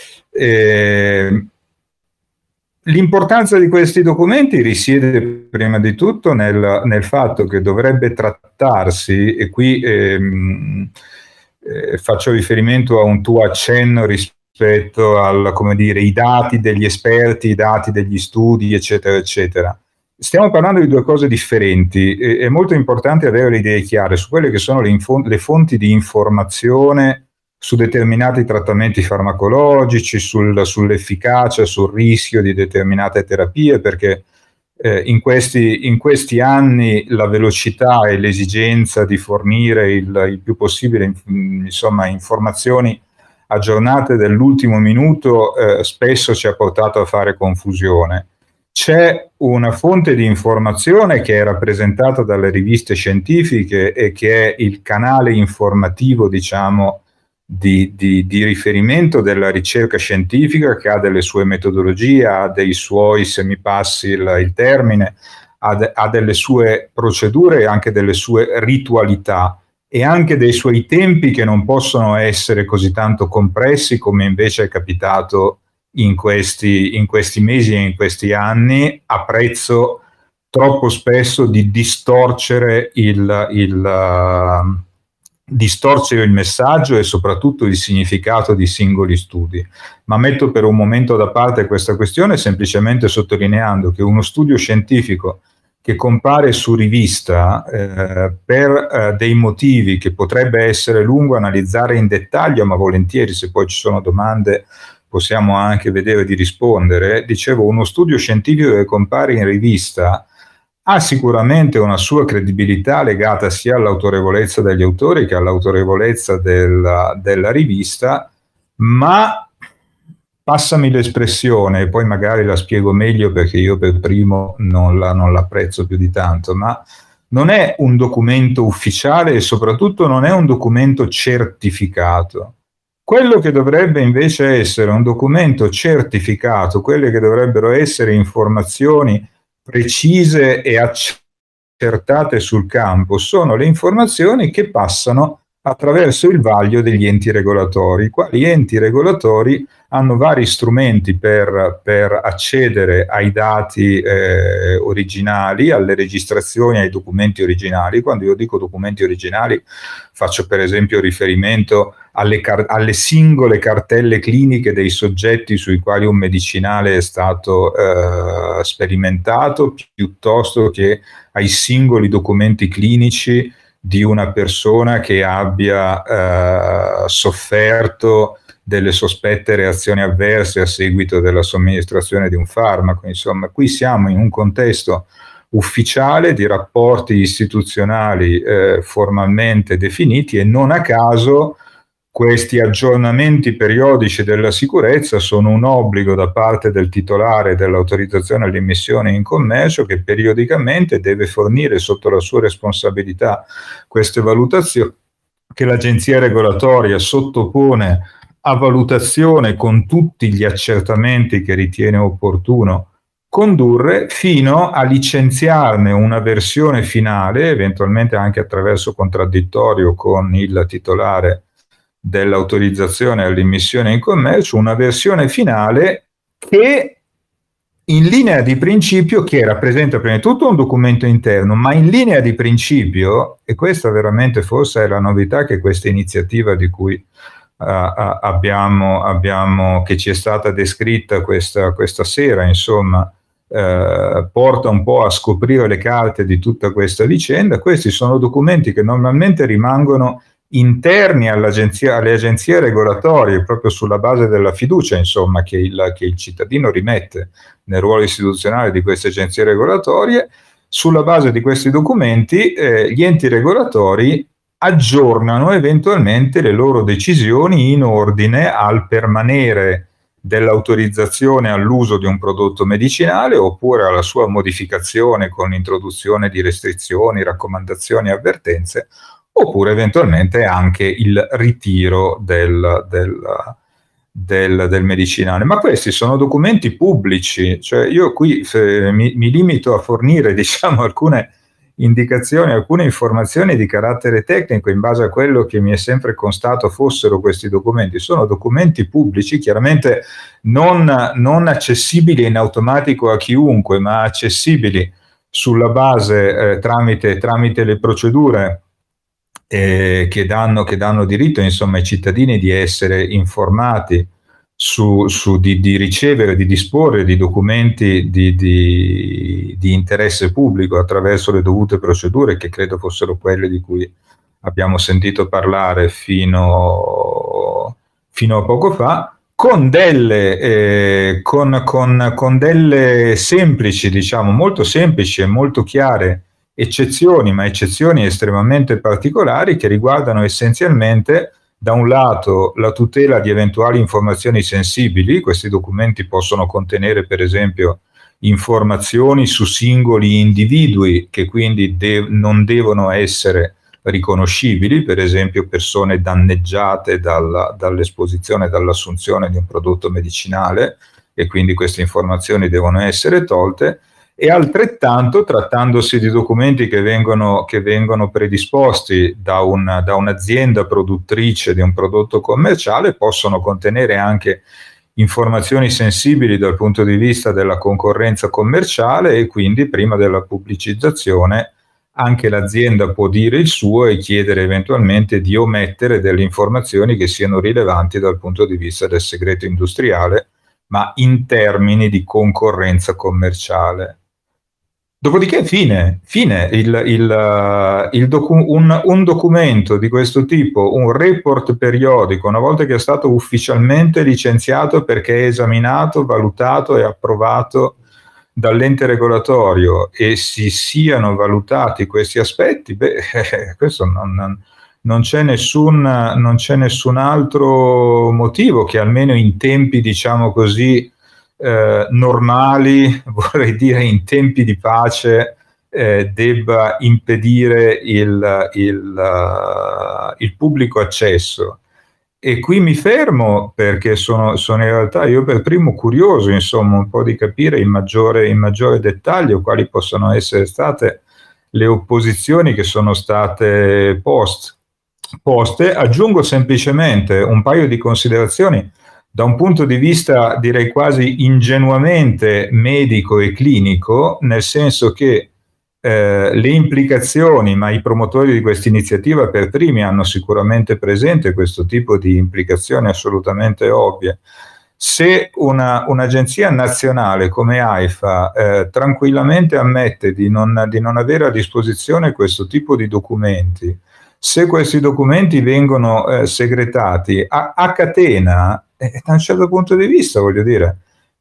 Eh, l'importanza di questi documenti risiede prima di tutto nel, nel fatto che dovrebbe trattarsi, e qui ehm, eh, faccio riferimento a un tuo accenno rispetto al, come dire, i dati degli esperti, i dati degli studi, eccetera, eccetera. Stiamo parlando di due cose differenti. È molto importante avere le idee chiare su quelle che sono le, le fonti di informazione su determinati trattamenti farmacologici, sul, sull'efficacia, sul rischio di determinate terapie, perché eh, in, questi, in questi anni la velocità e l'esigenza di fornire il, il più possibile insomma, informazioni aggiornate dell'ultimo minuto eh, spesso ci ha portato a fare confusione. C'è una fonte di informazione che è rappresentata dalle riviste scientifiche e che è il canale informativo, diciamo, di, di, di riferimento della ricerca scientifica, che ha delle sue metodologie, ha dei suoi, se mi passi il, il termine, ha, de, ha delle sue procedure e anche delle sue ritualità e anche dei suoi tempi che non possono essere così tanto compressi come invece è capitato In questi, in questi mesi e in questi anni, a prezzo troppo spesso di distorcere il, il, uh, distorcere il messaggio e soprattutto il significato di singoli studi. Ma metto per un momento da parte questa questione semplicemente sottolineando che uno studio scientifico che compare su rivista eh, per eh, dei motivi che potrebbe essere lungo analizzare in dettaglio, ma volentieri se poi ci sono domande possiamo anche vedere di rispondere. Dicevo, uno studio scientifico che compare in rivista ha sicuramente una sua credibilità legata sia all'autorevolezza degli autori che all'autorevolezza della, della rivista, ma passami l'espressione, e poi magari la spiego meglio perché io per primo non la, non l'apprezzo più di tanto, ma non è un documento ufficiale e soprattutto non è un documento certificato. Quello che dovrebbe invece essere un documento certificato, quelle che dovrebbero essere informazioni precise e accertate sul campo, sono le informazioni che passano attraverso il vaglio degli enti regolatori, i quali enti regolatori hanno vari strumenti per, per accedere ai dati eh, originali, alle registrazioni, ai documenti originali. Quando io dico documenti originali faccio per esempio riferimento alle, alle singole cartelle cliniche dei soggetti sui quali un medicinale è stato eh, sperimentato, piuttosto che ai singoli documenti clinici di una persona che abbia eh, sofferto delle sospette reazioni avverse a seguito della somministrazione di un farmaco. Insomma, qui siamo in un contesto ufficiale di rapporti istituzionali eh, formalmente definiti, e non a caso questi aggiornamenti periodici della sicurezza sono un obbligo da parte del titolare dell'autorizzazione all'immissione in commercio, che periodicamente deve fornire sotto la sua responsabilità queste valutazioni, che l'agenzia regolatoria sottopone a valutazione con tutti gli accertamenti che ritiene opportuno condurre, fino a licenziarne una versione finale, eventualmente anche attraverso contraddittorio con il titolare dell'autorizzazione all'immissione in commercio, una versione finale che in linea di principio, che rappresenta prima di tutto un documento interno, ma in linea di principio, e questa veramente forse è la novità che questa iniziativa di cui uh, abbiamo, abbiamo, che ci è stata descritta questa, questa sera, insomma, uh, porta un po' a scoprire le carte di tutta questa vicenda. Questi sono documenti che normalmente rimangono interni all'agenzia, alle agenzie regolatorie, proprio sulla base della fiducia, insomma, che il, che il cittadino rimette nel ruolo istituzionale di queste agenzie regolatorie. Sulla base di questi documenti eh, gli enti regolatori aggiornano eventualmente le loro decisioni in ordine al permanere dell'autorizzazione all'uso di un prodotto medicinale, oppure alla sua modificazione con l'introduzione di restrizioni, raccomandazioni e avvertenze, oppure eventualmente anche il ritiro del, del, del, del medicinale. Ma questi sono documenti pubblici, cioè io qui mi, mi limito a fornire, diciamo, alcune indicazioni, alcune informazioni di carattere tecnico in base a quello che mi è sempre constato fossero questi documenti. Sono documenti pubblici, chiaramente non, non accessibili in automatico a chiunque, ma accessibili sulla base eh, tramite, tramite le procedure Eh, che, danno, che danno diritto, insomma, ai cittadini di essere informati su, su di, di ricevere, di disporre di documenti di, di, di interesse pubblico attraverso le dovute procedure, che credo fossero quelle di cui abbiamo sentito parlare fino, fino a poco fa, con delle, eh, con, con, con delle semplici, diciamo, molto semplici e molto chiare eccezioni, ma eccezioni estremamente particolari, che riguardano essenzialmente, da un lato, la tutela di eventuali informazioni sensibili. Questi documenti possono contenere, per esempio, informazioni su singoli individui che quindi de- non devono essere riconoscibili, per esempio persone danneggiate dalla, dall'esposizione, dall'assunzione di un prodotto medicinale, e quindi queste informazioni devono essere tolte. E altrettanto, trattandosi di documenti che vengono, che vengono predisposti da, un, da un'azienda produttrice di un prodotto commerciale, possono contenere anche informazioni sensibili dal punto di vista della concorrenza commerciale, e quindi prima della pubblicizzazione anche l'azienda può dire il suo e chiedere eventualmente di omettere delle informazioni che siano rilevanti dal punto di vista del segreto industriale, ma in termini di concorrenza commerciale. Dopodiché, fine, fine il, il, il docu- un, un documento di questo tipo, un report periodico, una volta che è stato ufficialmente licenziato perché è esaminato, valutato e approvato dall'ente regolatorio, e si siano valutati questi aspetti, beh, questo non, non c'è nessun, non c'è nessun altro motivo che, almeno in tempi, diciamo così, Eh, normali, vorrei dire in tempi di pace, eh, debba impedire il, il, uh, il pubblico accesso. E qui mi fermo, perché sono, sono in realtà io per primo curioso, insomma, un po' di capire in maggiore, in maggiore dettaglio quali possono essere state le opposizioni che sono state post, poste. Aggiungo semplicemente un paio di considerazioni da un punto di vista, direi quasi ingenuamente medico e clinico, nel senso che eh, le implicazioni, ma i promotori di questa iniziativa per primi hanno sicuramente presente questo tipo di implicazioni assolutamente ovvie. Se una, un'agenzia nazionale come AIFA eh, tranquillamente ammette di non, di non avere a disposizione questo tipo di documenti, se questi documenti vengono eh, segretati a, a catena, da un certo punto di vista, voglio dire,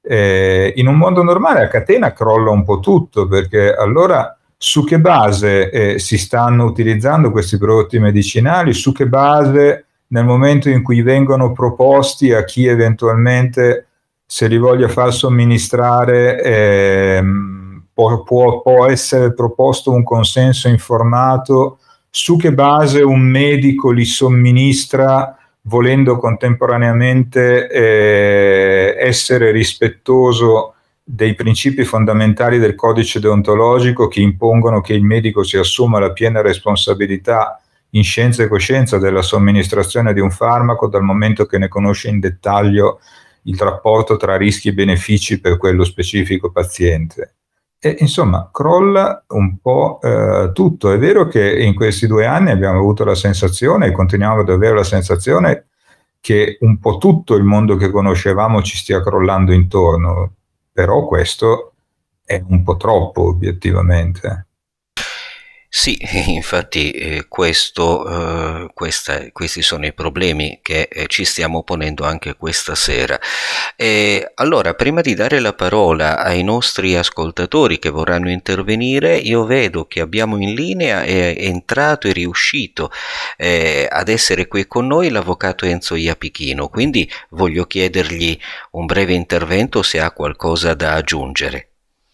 Eh, in un mondo normale a catena crolla un po' tutto, perché allora su che base eh, si stanno utilizzando questi prodotti medicinali, su che base nel momento in cui vengono proposti a chi eventualmente se li voglia far somministrare eh, può, può, può essere proposto un consenso informato, su che base un medico li somministra volendo contemporaneamente eh, essere rispettoso dei principi fondamentali del codice deontologico che impongono che il medico si assuma la piena responsabilità in scienza e coscienza della somministrazione di un farmaco dal momento che ne conosce in dettaglio il rapporto tra rischi e benefici per quello specifico paziente. E insomma, crolla un po' eh, tutto. È vero che in questi due anni abbiamo avuto la sensazione, e continuiamo ad avere la sensazione, che un po' tutto il mondo che conoscevamo ci stia crollando intorno, però questo è un po' troppo, obiettivamente. Sì, infatti eh, questo, eh, questa, questi sono i problemi che eh, ci stiamo ponendo anche questa sera. E allora, prima di dare la parola ai nostri ascoltatori che vorranno intervenire, io vedo che abbiamo in linea, è entrato e riuscito eh, ad essere qui con noi l'avvocato Enzo Iapichino, quindi voglio chiedergli un breve intervento se ha qualcosa da aggiungere.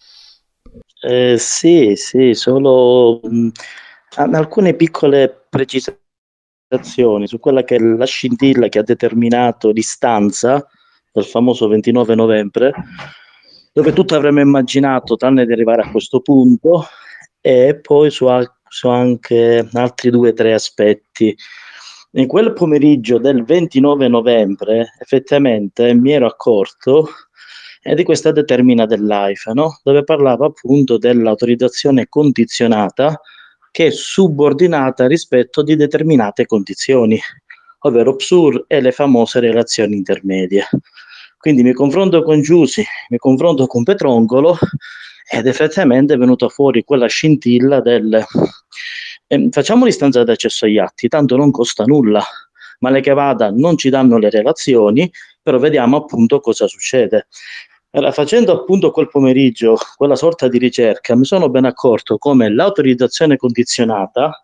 Eh, sì, sì, solo mh, alcune piccole precisazioni su quella che è la scintilla che ha determinato l'istanza del famoso ventinove novembre, dove tutti avremmo immaginato, tranne di arrivare a questo punto, e poi su, su anche altri due o tre aspetti. In quel pomeriggio del ventinove novembre, effettivamente, mi ero accorto e di questa determina dell'AIFA, no? Dove parlava appunto dell'autorizzazione condizionata che è subordinata rispetto di determinate condizioni, ovvero P S U R e le famose relazioni intermedie. Quindi mi confronto con Giussi, mi confronto con Petrongolo ed effettivamente è venuta fuori quella scintilla del eh, facciamo l'istanza d'accesso agli atti, tanto non costa nulla, male che vada non ci danno le relazioni, però vediamo appunto cosa succede. Allora, facendo appunto quel pomeriggio quella sorta di ricerca, mi sono ben accorto come l'autorizzazione condizionata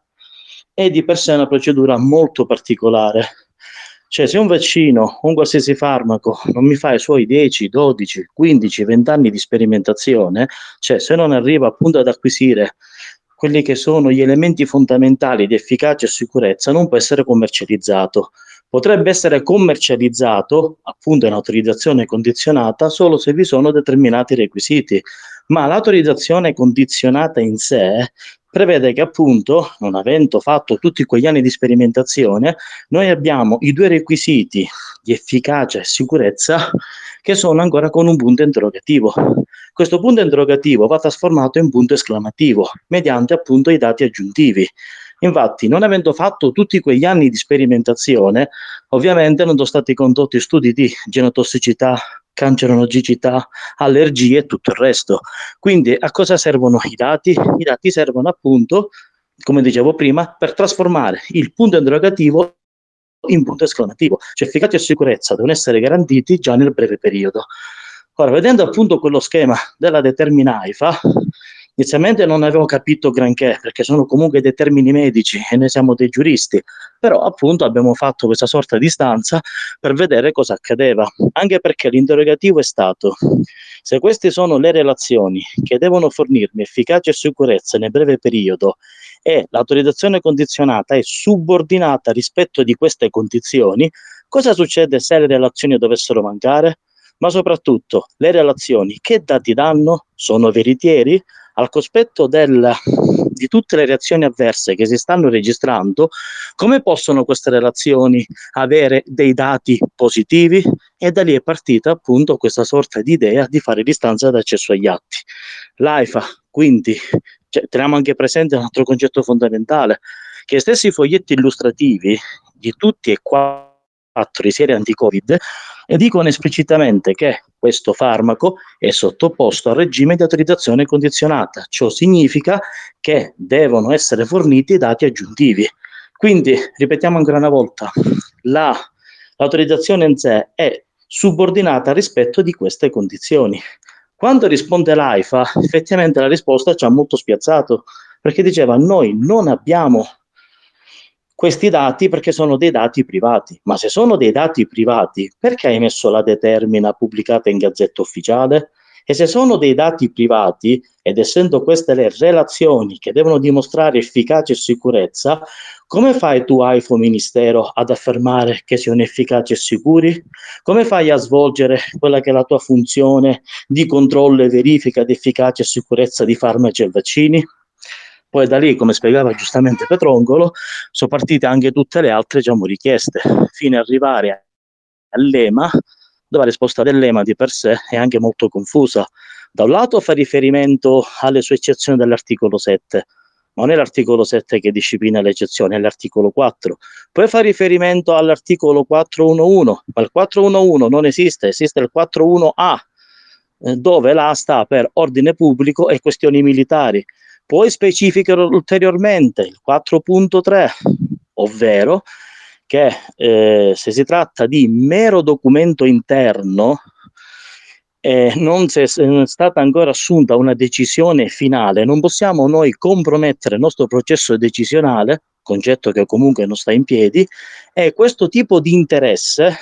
è di per sé una procedura molto particolare. Cioè, se un vaccino, un qualsiasi farmaco, non mi fa i suoi dieci, dodici, quindici, venti anni di sperimentazione, cioè se non arriva appunto ad acquisire quelli che sono gli elementi fondamentali di efficacia e sicurezza, non può essere commercializzato. Potrebbe essere commercializzato, appunto in autorizzazione condizionata, solo se vi sono determinati requisiti, ma l'autorizzazione condizionata in sé prevede che appunto, non avendo fatto tutti quegli anni di sperimentazione, noi abbiamo i due requisiti di efficacia e sicurezza che sono ancora con un punto interrogativo. Questo punto interrogativo va trasformato in punto esclamativo, mediante appunto i dati aggiuntivi. Infatti, non avendo fatto tutti quegli anni di sperimentazione, ovviamente non sono stati condotti studi di genotossicità, canceronogicità, allergie e tutto il resto. Quindi a cosa servono i dati? I dati servono appunto, come dicevo prima, per trasformare il punto interrogativo in punto esclamativo. Cioè efficacia e sicurezza devono essere garantiti già nel breve periodo. Ora, vedendo appunto quello schema della determina AIFA, inizialmente non avevo capito granché, perché sono comunque dei termini medici e noi siamo dei giuristi, però appunto abbiamo fatto questa sorta di stanza per vedere cosa accadeva, anche perché l'interrogativo è stato: se queste sono le relazioni che devono fornirmi efficacia e sicurezza nel breve periodo e l'autorizzazione condizionata è subordinata rispetto di queste condizioni, cosa succede se le relazioni dovessero mancare? Ma soprattutto, le relazioni che dati danno? Sono veritieri? Al cospetto del, di tutte le reazioni avverse che si stanno registrando, come possono queste relazioni avere dei dati positivi? E da lì è partita appunto questa sorta di idea di fare l'istanza d'accesso agli atti. L'AIFA, quindi, cioè, teniamo anche presente un altro concetto fondamentale, che gli stessi foglietti illustrativi di tutti e quattro i seri anti-Covid e dicono esplicitamente che questo farmaco è sottoposto al regime di autorizzazione condizionata. Ciò significa che devono essere forniti dati aggiuntivi. Quindi, ripetiamo ancora una volta, la, l'autorizzazione in sé è subordinata al rispetto di queste condizioni. Quando risponde l'AIFA, effettivamente la risposta ci ha molto spiazzato, perché diceva noi non abbiamo questi dati perché sono dei dati privati. Ma se sono dei dati privati, perché hai messo la determina pubblicata in Gazzetta Ufficiale? E se sono dei dati privati, ed essendo queste le relazioni che devono dimostrare efficacia e sicurezza, come fai tu, AIFO Ministero, ad affermare che siano efficaci e sicuri? Come fai a svolgere quella che è la tua funzione di controllo e verifica di efficacia e sicurezza di farmaci e vaccini? Poi da lì, come spiegava giustamente Petrongolo, sono partite anche tutte le altre, diciamo, richieste, fino ad arrivare all'EMA, dove la risposta dell'EMA di per sé è anche molto confusa. Da un lato fa riferimento alle sue eccezioni dell'articolo sette, ma non è l'articolo sette che disciplina le eccezioni, è l'articolo quattro. Poi fa riferimento all'articolo quattrocentoundici, ma il quattrocentoundici non esiste, esiste il quattrocentouno A, eh, dove l'A sta per ordine pubblico e questioni militari. Poi specifica ulteriormente il quattro punto tre, ovvero che eh, se si tratta di mero documento interno, eh, non si è stata ancora assunta una decisione finale, non possiamo noi compromettere il nostro processo decisionale, concetto che comunque non sta in piedi, e questo tipo di interesse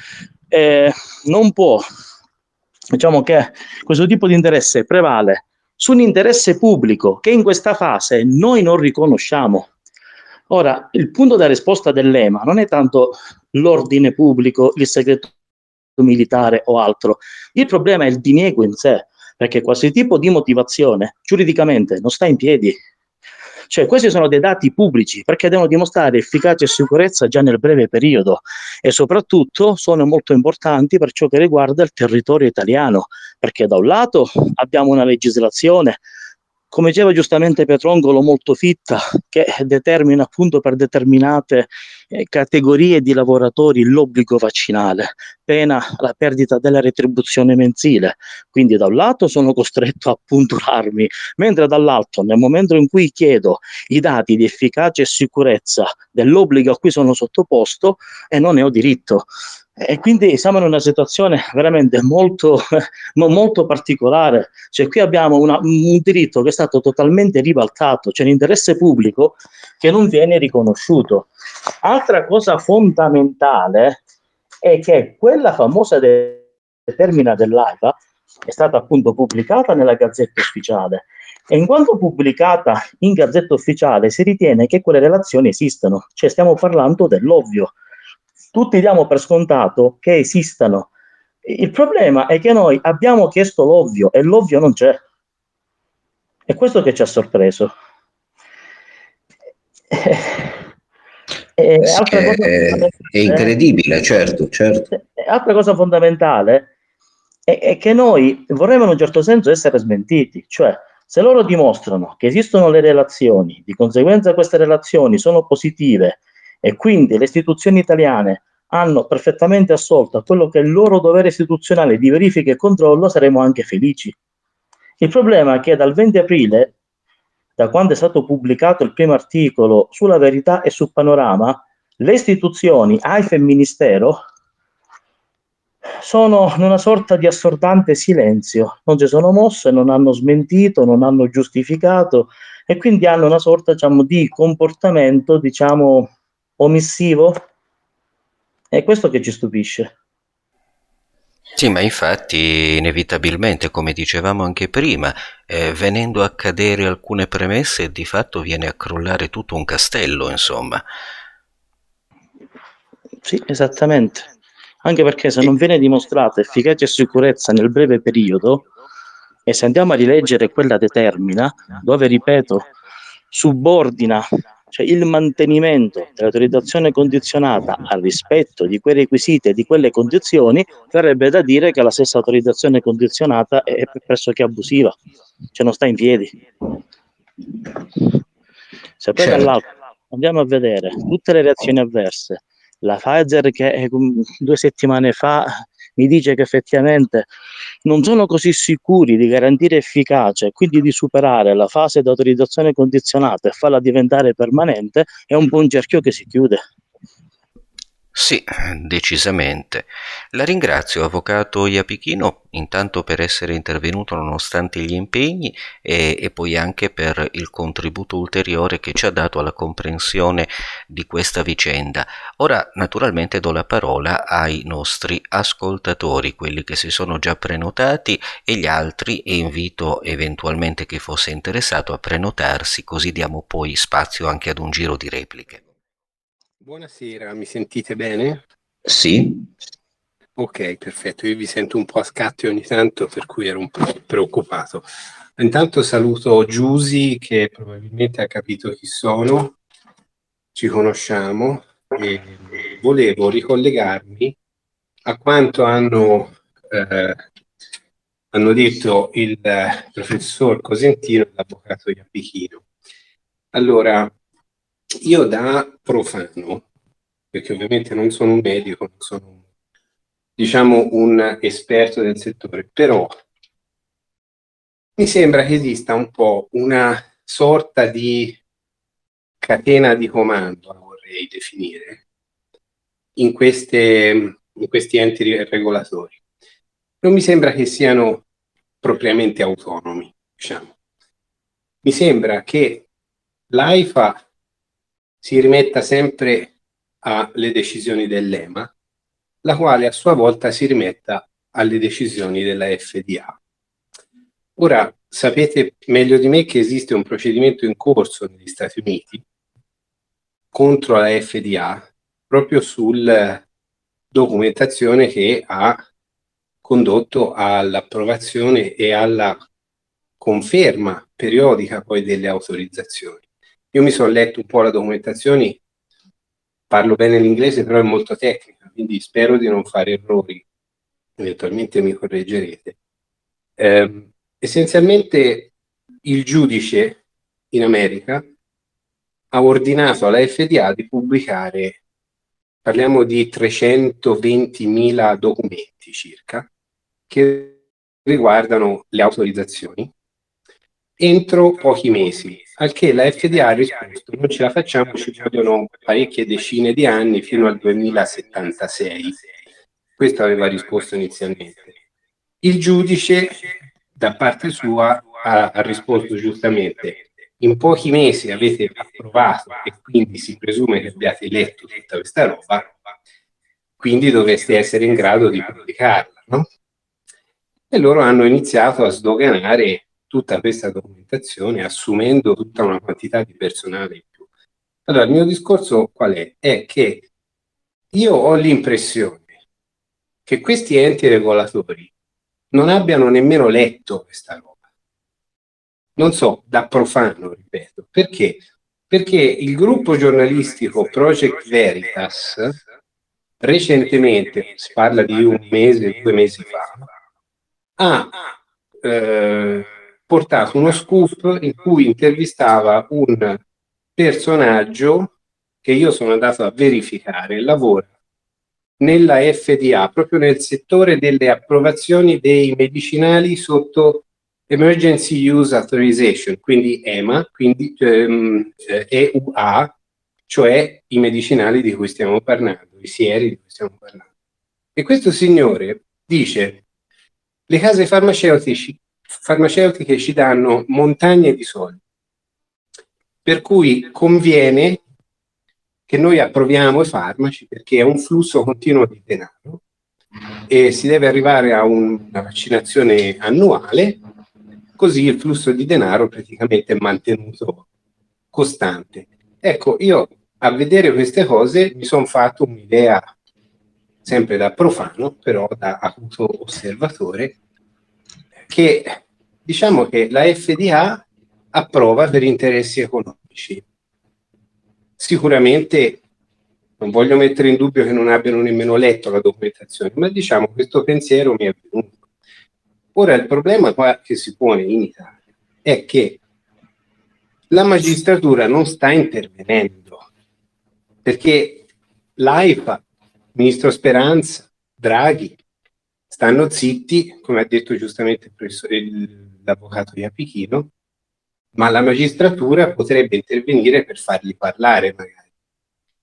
eh, non può, diciamo che questo tipo di interesse prevale su un interesse pubblico che in questa fase noi non riconosciamo. Ora, il punto della risposta dell'EMA non è tanto l'ordine pubblico, il segreto militare o altro. Il problema è il diniego in sé, perché qualsiasi tipo di motivazione giuridicamente non sta in piedi. Cioè, questi sono dei dati pubblici perché devono dimostrare efficacia e sicurezza già nel breve periodo e soprattutto sono molto importanti per ciò che riguarda il territorio italiano, perché da un lato abbiamo una legislazione, come diceva giustamente Petrongolo, molto fitta, che determina appunto per determinate eh, categorie di lavoratori l'obbligo vaccinale, pena la perdita della retribuzione mensile. Quindi da un lato sono costretto a puntularmi, mentre dall'altro nel momento in cui chiedo i dati di efficacia e sicurezza dell'obbligo a cui sono sottoposto, e non ne ho diritto. E quindi siamo in una situazione veramente molto, molto particolare. Cioè, qui abbiamo una, un diritto che è stato totalmente ribaltato, c'è un interesse pubblico che non viene riconosciuto. Altra cosa fondamentale è che quella famosa determina dell'AIFA è stata appunto pubblicata nella Gazzetta Ufficiale e in quanto pubblicata in Gazzetta Ufficiale si ritiene che quelle relazioni esistano, cioè stiamo parlando dell'ovvio. Tutti diamo per scontato che esistano. Il problema è che noi abbiamo chiesto l'ovvio e l'ovvio non c'è. È questo che ci ha sorpreso. E Sì, altra è, cosa è- è incredibile, certo, certo. altra cosa fondamentale è, è che noi vorremmo in un certo senso essere smentiti, cioè se loro dimostrano che esistono le relazioni, di conseguenza queste relazioni sono positive e quindi le istituzioni italiane hanno perfettamente assolto a quello che è il loro dovere istituzionale di verifica e controllo, saremo anche felici. Il problema è che dal venti aprile, da quando è stato pubblicato il primo articolo sulla Verità e su Panorama, le istituzioni, AIFA e Ministero, sono in una sorta di assordante silenzio, non si sono mosse, non hanno smentito, non hanno giustificato e quindi hanno una sorta, diciamo, di comportamento, diciamo, omissivo. È questo che ci stupisce. Sì, ma infatti inevitabilmente, come dicevamo anche prima, eh, venendo a cadere alcune premesse, di fatto viene a crollare tutto un castello, insomma. Sì, esattamente. Anche perché se non viene dimostrata efficacia e sicurezza nel breve periodo, e se andiamo a rileggere quella determina, dove, ripeto, subordina, cioè il mantenimento dell'autorizzazione condizionata al rispetto di quei requisiti e di quelle condizioni, verrebbe da dire che la stessa autorizzazione condizionata è pressoché abusiva, cioè non sta in piedi. Se poi Certo. dall'altro andiamo a vedere tutte le reazioni avverse, la Pfizer che eh, due settimane fa mi dice che effettivamente non sono così sicuri di garantire efficacia e quindi di superare la fase di autorizzazione condizionata e farla diventare permanente, è un po' un cerchio che si chiude. Sì, decisamente. La ringrazio, avvocato Iapichino, intanto per essere intervenuto nonostante gli impegni e, e poi anche per il contributo ulteriore che ci ha dato alla comprensione di questa vicenda. Ora, naturalmente, do la parola ai nostri ascoltatori, quelli che si sono già prenotati e gli altri, e invito eventualmente chi fosse interessato a prenotarsi, così diamo poi spazio anche ad un giro di repliche. Buonasera, mi sentite bene? Sì? Ok, perfetto, io vi sento un po' a scatti ogni tanto, per cui ero un po' preoccupato. Intanto saluto Giusy, che probabilmente ha capito chi sono, ci conosciamo, e volevo ricollegarmi a quanto hanno, eh, hanno detto il eh, professor Cosentino e l'avvocato Iapichino. Allora, io da profano, perché ovviamente non sono un medico, non sono diciamo un esperto del settore, però mi sembra che esista un po' una sorta di catena di comando, la vorrei definire, in, queste, in questi enti regolatori. Non mi sembra che siano propriamente autonomi, diciamo. Mi sembra che l'AIFA si rimetta sempre alle decisioni dell'E M A, la quale a sua volta si rimetta alle decisioni della F D A. Ora, sapete meglio di me che esiste un procedimento in corso negli Stati Uniti contro la F D A proprio sulla documentazione che ha condotto all'approvazione e alla conferma periodica poi delle autorizzazioni. Io mi sono letto un po' la documentazione, parlo bene l'inglese, però è molto tecnica, quindi spero di non fare errori, eventualmente mi correggerete. Eh, essenzialmente il giudice in America ha ordinato alla F D A di pubblicare, parliamo di trecentoventimila documenti circa, che riguardano le autorizzazioni, entro pochi mesi, al che la F D A ha risposto: non ce la facciamo, ci vogliono parecchie decine di anni fino al duemilasettantasei. Questo aveva risposto inizialmente. Il giudice, da parte sua, ha, ha risposto giustamente: in pochi mesi avete approvato e quindi si presume che abbiate letto tutta questa roba, quindi dovreste essere in grado di pubblicarla, no? E loro hanno iniziato a sdoganare tutta questa documentazione, assumendo tutta una quantità di personale in più. Allora, il mio discorso qual è? È che io ho l'impressione che questi enti regolatori non abbiano nemmeno letto questa roba. Non so, da profano, ripeto. Perché? Perché il gruppo giornalistico Project Veritas recentemente, si parla di un mese, due mesi fa, ha eh, portato uno scoop in cui intervistava un personaggio che io sono andato a verificare, lavora nella F D A, proprio nel settore delle approvazioni dei medicinali sotto Emergency Use Authorization, quindi E M A, quindi ehm, E U A, cioè i medicinali di cui stiamo parlando, i sieri di cui stiamo parlando. E questo signore dice: le case farmaceutici, farmaceutiche ci danno montagne di soldi, per cui conviene che noi approviamo i farmaci perché è un flusso continuo di denaro e si deve arrivare a un, una vaccinazione annuale, così il flusso di denaro praticamente è mantenuto costante. Ecco, io a vedere queste cose mi sono fatto un'idea, sempre da profano, però da acuto osservatore, che diciamo che la F D A approva per interessi economici. Sicuramente non voglio mettere in dubbio che non abbiano nemmeno letto la documentazione, ma diciamo questo pensiero mi è venuto. Ora il problema qua che si pone in Italia è che la magistratura non sta intervenendo, perché l'AIFA, ministro Speranza, Draghi, stanno zitti, come ha detto giustamente l'avvocato Iapichino, ma la magistratura potrebbe intervenire per farli parlare magari.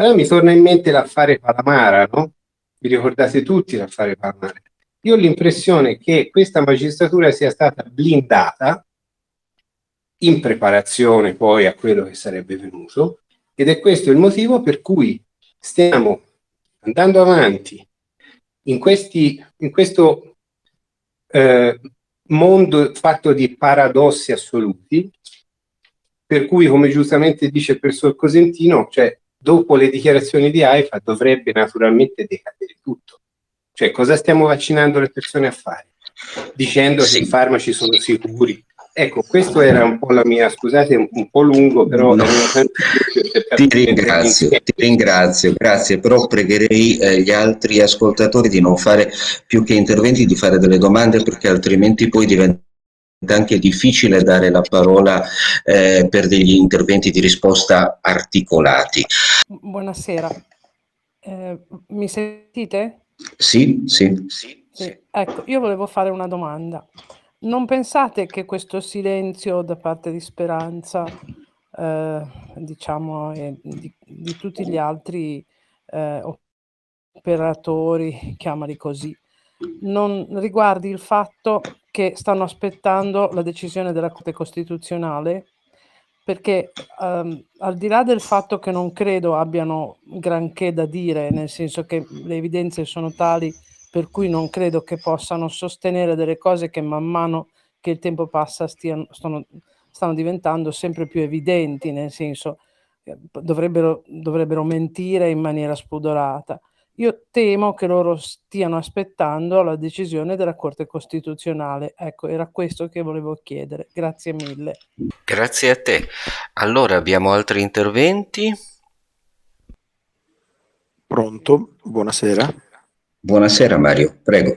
Allora mi torna in mente l'affare Palamara, no? Vi ricordate tutti l'affare Palamara? Io ho l'impressione che questa magistratura sia stata blindata in preparazione poi a quello che sarebbe venuto, ed è questo il motivo per cui stiamo andando avanti in, questi, in questo eh, mondo fatto di paradossi assoluti, per cui, come giustamente dice il professor Cosentino, cioè, dopo le dichiarazioni di AIFA dovrebbe naturalmente decadere tutto. Cioè, cosa stiamo vaccinando le persone a fare? Dicendo Sì. che i farmaci sono sicuri. Ecco, questo era un po' la mia, scusate, un, un po' lungo, però No. erano tanti punti, ho cercato Ti di metterli ringrazio, insieme. ti ringrazio, grazie, però pregherei eh, gli altri ascoltatori di non fare più che interventi, di fare delle domande, perché altrimenti poi diventa anche difficile dare la parola eh, per degli interventi di risposta articolati. Buonasera, eh, mi sentite? Sì, sì. Sì, ecco, io volevo fare una domanda. Non pensate che questo silenzio da parte di Speranza, eh, diciamo, e di, di tutti gli altri eh, operatori, chiamali così, non riguardi il fatto che stanno aspettando la decisione della Corte Costituzionale? Perché um, al di là del fatto che non credo abbiano granché da dire, nel senso che le evidenze sono tali per cui non credo che possano sostenere delle cose che man mano che il tempo passa stiano, stanno, stanno diventando sempre più evidenti, nel senso che dovrebbero, dovrebbero mentire in maniera spudorata. Io temo che loro stiano aspettando la decisione della Corte Costituzionale. Ecco, era questo che volevo chiedere. Grazie mille. Grazie a te. Allora, abbiamo altri interventi? Pronto? Buonasera. Buonasera Mario, prego.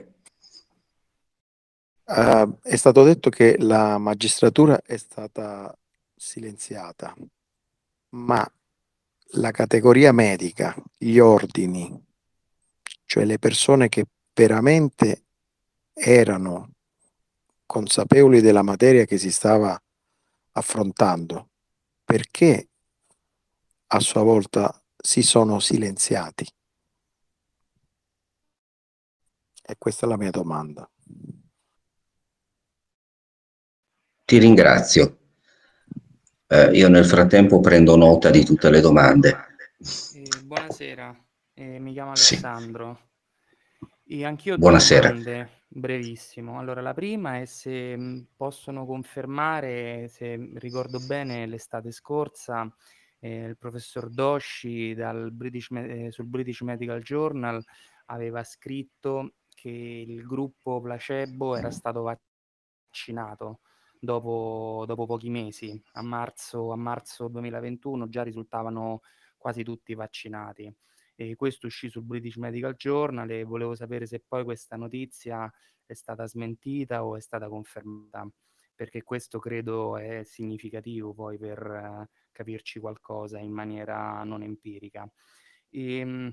Uh, è stato detto che la magistratura è stata silenziata, ma la categoria medica, gli ordini, cioè le persone che veramente erano consapevoli della materia che si stava affrontando, perché a sua volta si sono silenziati? E questa è la mia domanda. Ti ringrazio. Eh, io nel frattempo prendo nota di tutte le domande. Eh, buonasera, eh, mi chiamo Sì. Alessandro. E anch'io ho due Buonasera. domande, brevissimo. Allora, la prima è se mh, possono confermare, se ricordo bene, l'estate scorsa eh, il professor Doshi dal British Me- eh, sul British Medical Journal aveva scritto che il gruppo placebo era stato vaccinato dopo, dopo pochi mesi. A marzo, a marzo duemilaventuno già risultavano quasi tutti vaccinati. E questo uscì sul British Medical Journal e volevo sapere se poi questa notizia è stata smentita o è stata confermata, perché questo credo è significativo poi per eh, capirci qualcosa in maniera non empirica. E,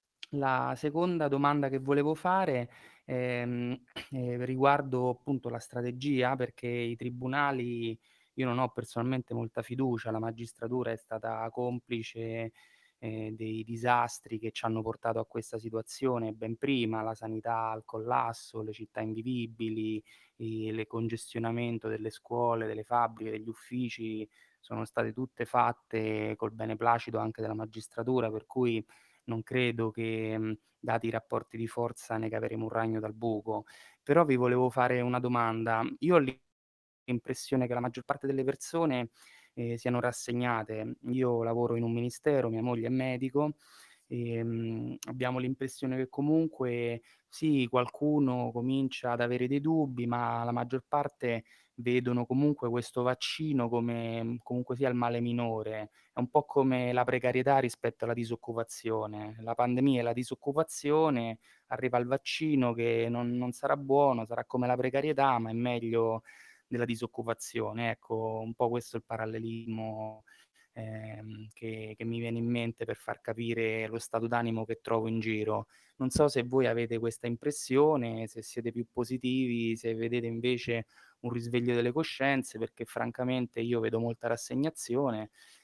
la seconda domanda che volevo fare ehm, eh, riguardo appunto la strategia, perché i tribunali, io non ho personalmente molta fiducia, la magistratura è stata complice eh, dei disastri che ci hanno portato a questa situazione ben prima, la sanità al collasso, le città invivibili, il congestionamento delle scuole, delle fabbriche, degli uffici, sono state tutte fatte col beneplacito anche della magistratura, per cui non credo che, mh, dati i rapporti di forza, ne caveremo un ragno dal buco. Però vi volevo fare una domanda. Io ho l'impressione che la maggior parte delle persone eh, siano rassegnate. Io lavoro in un ministero, mia moglie è medico, e mh, abbiamo l'impressione che comunque sì, qualcuno comincia ad avere dei dubbi, ma la maggior parte vedono comunque questo vaccino come comunque sia il male minore. È un po' come la precarietà rispetto alla disoccupazione. La pandemia e la disoccupazione, arriva il vaccino che non, non sarà buono, sarà come la precarietà, ma è meglio della disoccupazione. Ecco, un po' questo è il parallelismo ehm, che, che mi viene in mente per far capire lo stato d'animo che trovo in giro. Non so se voi avete questa impressione, se siete più positivi, se vedete invece un risveglio delle coscienze, perché francamente io vedo molta rassegnazione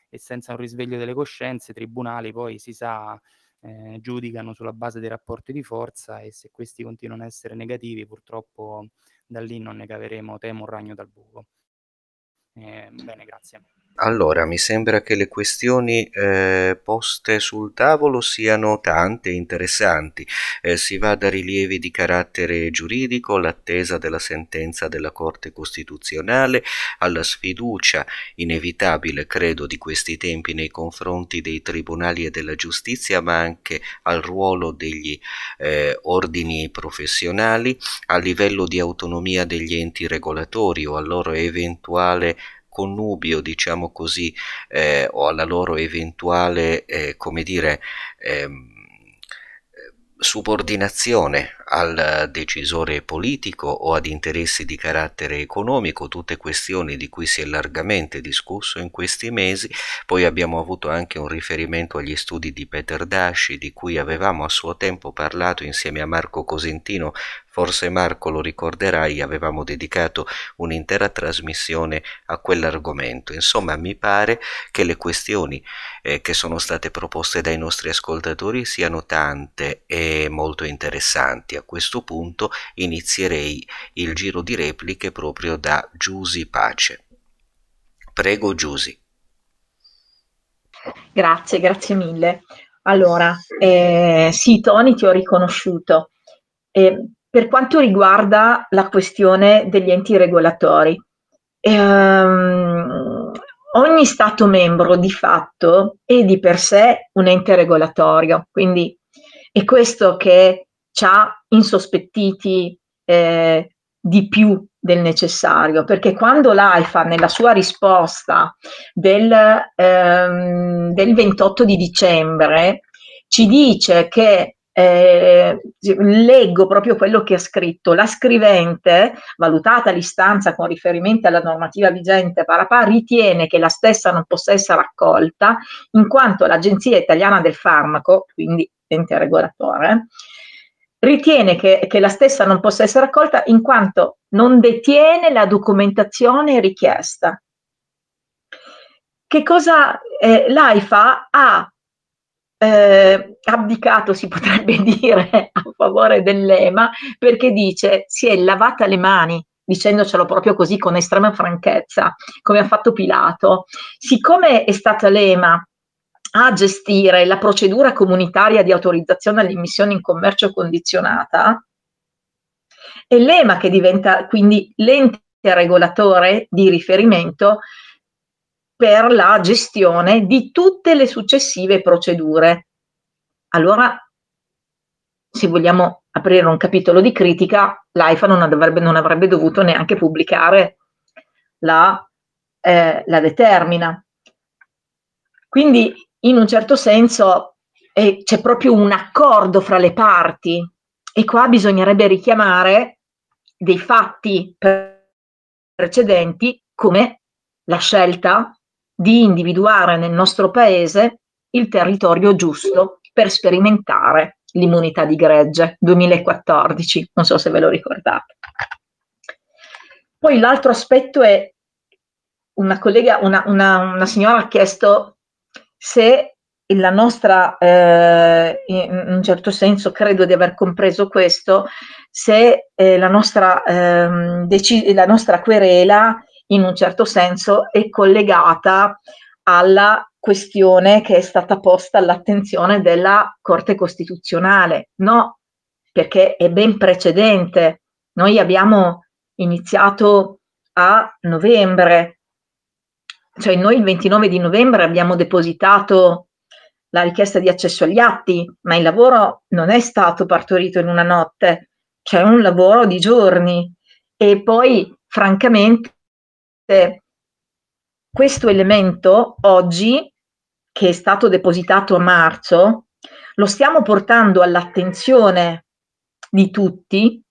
e senza un risveglio delle coscienze i tribunali poi si sa eh, giudicano sulla base dei rapporti di forza, e se questi continuano a essere negativi purtroppo da lì non ne caveremo, temo, un ragno dal buco. Eh, bene, grazie. Allora, mi sembra che le questioni eh, poste sul tavolo siano tante e interessanti. Eh, si va da rilievi di carattere giuridico, l'attesa della sentenza della Corte Costituzionale, alla sfiducia inevitabile, credo, di questi tempi nei confronti dei tribunali e della giustizia, ma anche al ruolo degli eh, ordini professionali, a livello di autonomia degli enti regolatori o al loro eventuale connubio, diciamo così, eh, o alla loro eventuale, eh, come dire, ehm, subordinazione al decisore politico o ad interessi di carattere economico, tutte questioni di cui si è largamente discusso in questi mesi. Poi abbiamo avuto anche un riferimento agli studi di Peter Dasci, di cui avevamo a suo tempo parlato insieme a Marco Cosentino. Forse Marco lo ricorderai, avevamo dedicato un'intera trasmissione a quell'argomento. Insomma, mi pare che le questioni eh, che sono state proposte dai nostri ascoltatori siano tante e molto interessanti. A questo punto inizierei il giro di repliche proprio da Giusy Pace. Prego, Giusy. Grazie, grazie mille. Allora, eh, sì, Tony, ti ho riconosciuto. Eh, per quanto riguarda la questione degli enti regolatori, ehm, ogni Stato membro di fatto è di per sé un ente regolatorio, quindi è questo che ci ha insospettiti eh, di più del necessario, perché quando l'AIFA nella sua risposta del, ehm, del ventotto di dicembre ci dice che Eh, leggo proprio quello che ha scritto: la scrivente, valutata l'istanza con riferimento alla normativa vigente parapà, ritiene che la stessa non possa essere accolta in quanto l'Agenzia Italiana del Farmaco, quindi ente regolatore, ritiene che, che la stessa non possa essere accolta in quanto non detiene la documentazione richiesta. Che cosa eh, l'AIFA ha Eh, abdicato, si potrebbe dire, a favore dell'E M A, perché dice si è lavata le mani, dicendocelo proprio così con estrema franchezza, come ha fatto Pilato. Siccome è stata l'E M A a gestire la procedura comunitaria di autorizzazione all'immissione in commercio condizionata, è l'E M A che diventa quindi l'ente regolatore di riferimento per la gestione di tutte le successive procedure. Allora, se vogliamo aprire un capitolo di critica, l'AIFA non avrebbe, non avrebbe dovuto neanche pubblicare la, eh, la determina. Quindi, in un certo senso, eh, c'è proprio un accordo fra le parti, e qua bisognerebbe richiamare dei fatti precedenti, come la scelta di individuare nel nostro paese il territorio giusto per sperimentare l'immunità di gregge, duemilaquattordici, non so se ve lo ricordate. Poi l'altro aspetto è, una collega, una, una, una signora ha chiesto se la nostra, eh, in un certo senso credo di aver compreso questo, se eh, la, nostra, eh, dec- la nostra querela in un certo senso è collegata alla questione che è stata posta all'attenzione della Corte Costituzionale. No, perché è ben precedente. Noi abbiamo iniziato a novembre, cioè noi il ventinove di novembre abbiamo depositato la richiesta di accesso agli atti, ma il lavoro non è stato partorito in una notte, c'è un lavoro di giorni, e poi francamente questo elemento oggi, che è stato depositato a marzo, lo stiamo portando all'attenzione di tutti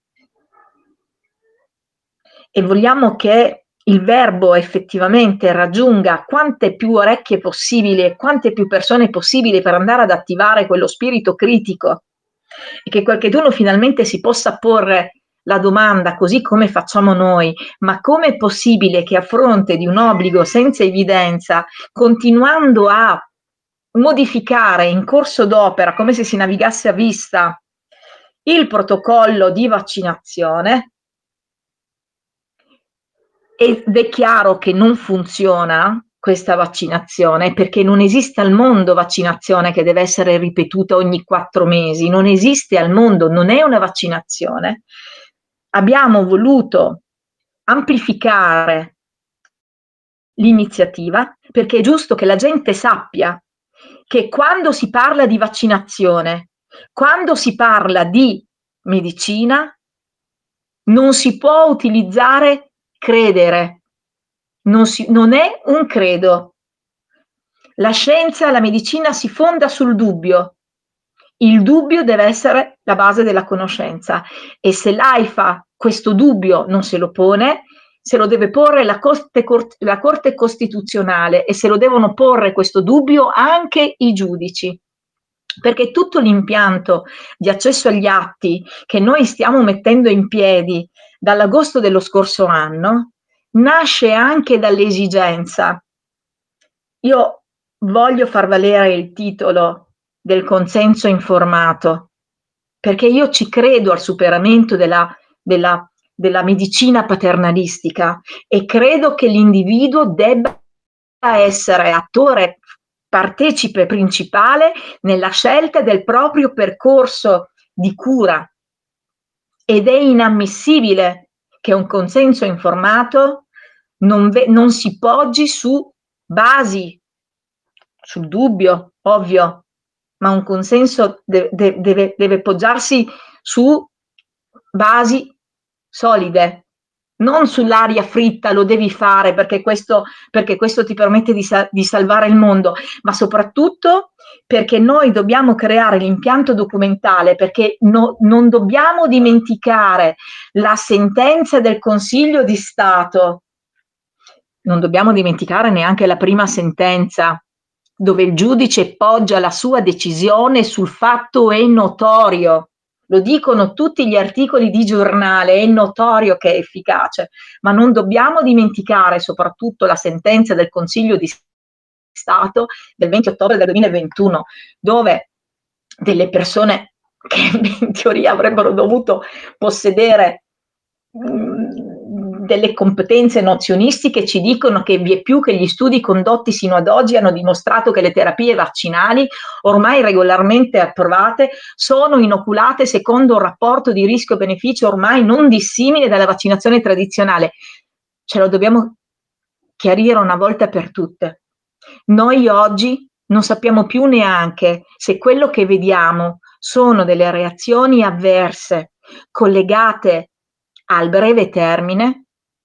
e vogliamo che il verbo effettivamente raggiunga quante più orecchie possibili e quante più persone possibili per andare ad attivare quello spirito critico, e che qualcheduno finalmente si possa porre la domanda, così come facciamo noi, ma come è possibile che a fronte di un obbligo senza evidenza, continuando a modificare in corso d'opera, come se si navigasse a vista, il protocollo di vaccinazione, ed è chiaro che non funziona questa vaccinazione, perché non esiste al mondo vaccinazione che deve essere ripetuta ogni quattro mesi, non esiste al mondo, non è una vaccinazione. Abbiamo voluto amplificare l'iniziativa perché è giusto che la gente sappia che quando si parla di vaccinazione, quando si parla di medicina, non si può utilizzare credere, non, si, non è un credo. La scienza, la medicina si fonda sul dubbio. Il dubbio deve essere la base della conoscenza e se l'AIFA questo dubbio non se lo pone, se lo deve porre la Corte, la Corte Costituzionale e se lo devono porre questo dubbio anche i giudici. Perché tutto l'impianto di accesso agli atti che noi stiamo mettendo in piedi dall'agosto dello scorso anno nasce anche dall'esigenza. Io voglio far valere il titolo del consenso informato, perché io ci credo al superamento della, della, della medicina paternalistica e credo che l'individuo debba essere attore partecipe principale nella scelta del proprio percorso di cura ed è inammissibile che un consenso informato non, non si poggi su basi, sul dubbio, ovvio, ma un consenso de de deve, deve poggiarsi su basi solide, non sull'aria fritta, lo devi fare perché questo, perché questo ti permette di, sa di salvare il mondo, ma soprattutto perché noi dobbiamo creare l'impianto documentale, perché no, non dobbiamo dimenticare la sentenza del Consiglio di Stato, non dobbiamo dimenticare neanche la prima sentenza, dove il giudice poggia la sua decisione sul fatto è notorio. Lo dicono tutti gli articoli di giornale, è notorio che è efficace, ma non dobbiamo dimenticare soprattutto la sentenza del Consiglio di Stato del venti ottobre del duemilaventuno, dove delle persone che in teoria avrebbero dovuto possedere mh, delle competenze nozionistiche ci dicono che vi è più che gli studi condotti sino ad oggi hanno dimostrato che le terapie vaccinali ormai regolarmente approvate sono inoculate secondo un rapporto di rischio-beneficio ormai non dissimile dalla vaccinazione tradizionale. Ce lo dobbiamo chiarire una volta per tutte. Noi oggi non sappiamo più neanche se quello che vediamo sono delle reazioni avverse collegate al breve termine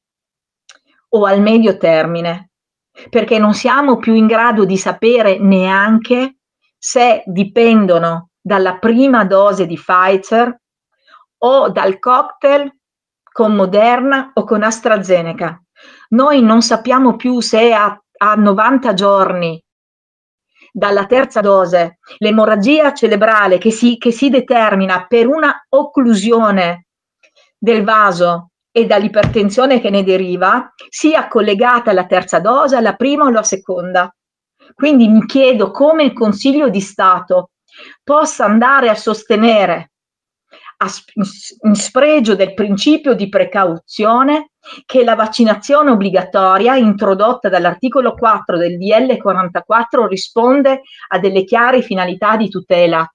o al medio termine, perché non siamo più in grado di sapere neanche se dipendono dalla prima dose di Pfizer o dal cocktail con Moderna o con AstraZeneca. Noi non sappiamo più se a, a novanta giorni dalla terza dose l'emorragia cerebrale che si, che si determina per una occlusione del vaso e dall'ipertensione che ne deriva sia collegata alla terza dose, alla prima o alla seconda. Quindi mi chiedo come il Consiglio di Stato possa andare a sostenere, a, in spregio del principio di precauzione, che la vaccinazione obbligatoria introdotta dall'articolo quattro del D L quarantaquattro risponde a delle chiare finalità di tutela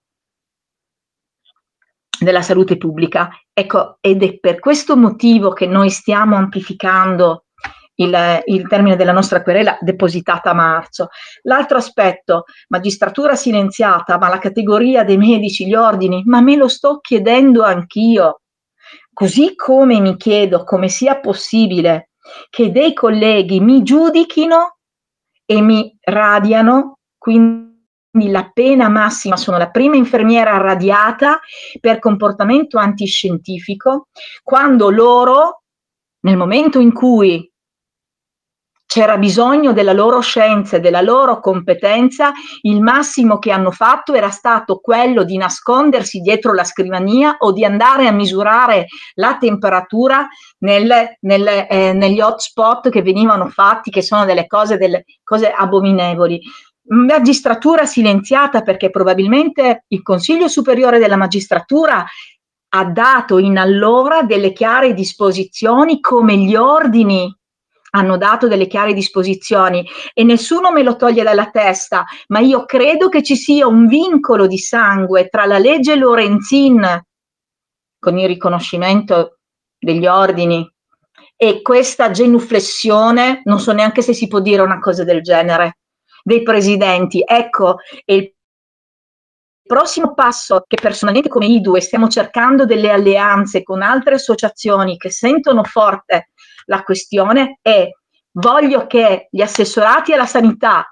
della salute pubblica. Ecco, ed è per questo motivo che noi stiamo amplificando il, il termine della nostra querela depositata a marzo. L'altro aspetto, magistratura silenziata, ma la categoria dei medici, gli ordini, ma me lo sto chiedendo anch'io. Così come mi chiedo come sia possibile che dei colleghi mi giudichino e mi radiano, quindi la pena massima, sono la prima infermiera radiata per comportamento antiscientifico, quando loro, nel momento in cui c'era bisogno della loro scienza e della loro competenza, il massimo che hanno fatto era stato quello di nascondersi dietro la scrivania o di andare a misurare la temperatura nel, nel, eh, negli hotspot che venivano fatti, che sono delle cose, delle cose abominevoli. Magistratura silenziata perché probabilmente il Consiglio Superiore della Magistratura ha dato in allora delle chiare disposizioni, come gli ordini hanno dato delle chiare disposizioni, e nessuno me lo toglie dalla testa, ma io credo che ci sia un vincolo di sangue tra la legge Lorenzin, con il riconoscimento degli ordini, e questa genuflessione, non so neanche se si può dire una cosa del genere, dei presidenti. Ecco, e il prossimo passo che personalmente come I D U E stiamo cercando delle alleanze con altre associazioni che sentono forte la questione è: voglio che gli assessorati alla sanità,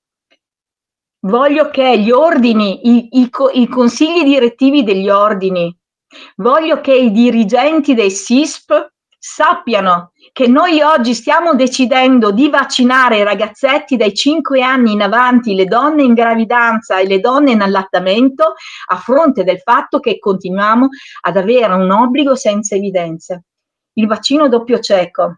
voglio che gli ordini, i, i, i consigli direttivi degli ordini, voglio che i dirigenti dei S I S P sappiano che noi oggi stiamo decidendo di vaccinare i ragazzetti dai cinque anni in avanti, le donne in gravidanza e le donne in allattamento, a fronte del fatto che continuiamo ad avere un obbligo senza evidenze. Il vaccino doppio cieco.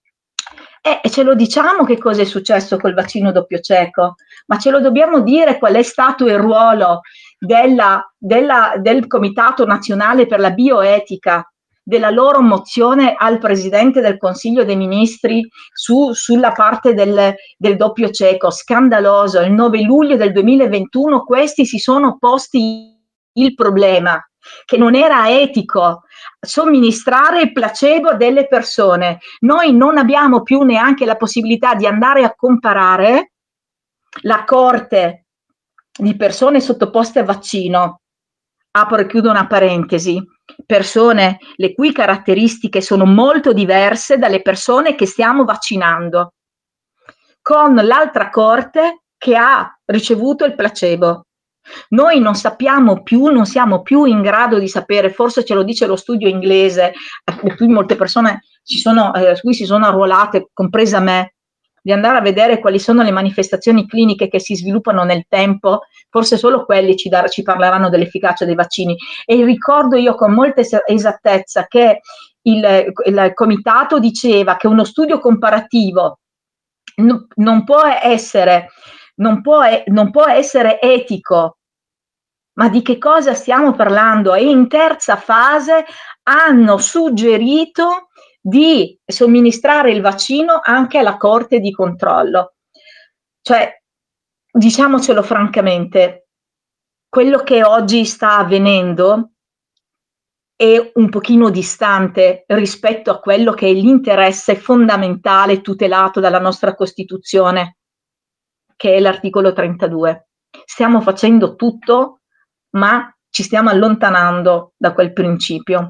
E eh, ce lo diciamo che cosa è successo col vaccino doppio cieco, ma ce lo dobbiamo dire qual è stato il ruolo della, della, del Comitato Nazionale per la Bioetica, della loro mozione al Presidente del Consiglio dei Ministri su, sulla parte del, del doppio cieco. Scandaloso. Il nove luglio del duemilaventuno questi si sono posti il problema che non era etico somministrare il placebo delle persone. Noi non abbiamo più neanche la possibilità di andare a comparare la coorte di persone sottoposte a vaccino, apro e chiudo una parentesi, persone le cui caratteristiche sono molto diverse dalle persone che stiamo vaccinando, con l'altra coorte che ha ricevuto il placebo. Noi non sappiamo più, non siamo più in grado di sapere, forse ce lo dice lo studio inglese, a cui molte persone si sono, eh, cui si sono arruolate, compresa me, di andare a vedere quali sono le manifestazioni cliniche che si sviluppano nel tempo, forse solo quelli ci, dar, ci parleranno dell'efficacia dei vaccini. E ricordo io con molta esattezza che il, il comitato diceva che uno studio comparativo n- non può essere, non può, non può essere etico. Ma di che cosa stiamo parlando? E in terza fase hanno suggerito di somministrare il vaccino anche alla corte di controllo. Cioè, diciamocelo francamente, quello che oggi sta avvenendo è un pochino distante rispetto a quello che è l'interesse fondamentale tutelato dalla nostra Costituzione, che è l'articolo trentadue. Stiamo facendo tutto, ma ci stiamo allontanando da quel principio.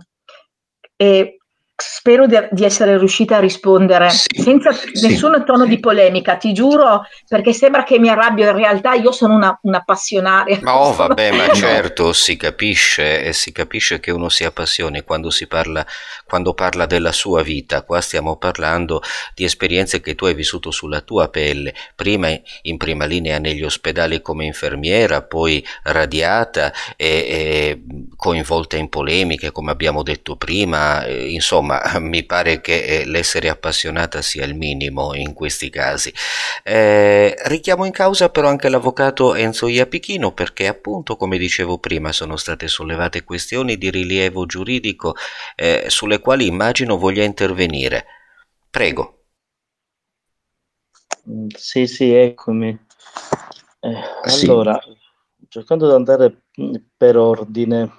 E spero de- di essere riuscita a rispondere Sì, senza sì. nessun tono di polemica, ti giuro, perché sembra che mi arrabbio, in realtà io sono una, una passionaria. Ma oh, vabbè, ma No. certo, si capisce e si capisce che uno si appassioni quando si parla, quando parla della sua vita. Qua stiamo parlando di esperienze che tu hai vissuto sulla tua pelle, prima in prima linea negli ospedali come infermiera, poi radiata e, e coinvolta in polemiche, come abbiamo detto prima. Insomma, mi pare che l'essere appassionata sia il minimo in questi casi. Eh, richiamo in causa però anche l'avvocato Enzo Iapichino, perché appunto, come dicevo prima, sono state sollevate questioni di rilievo giuridico eh, sulle quali immagino voglia intervenire. Prego. Sì, sì, eccomi. Eh, Sì. allora, cercando di andare per ordine,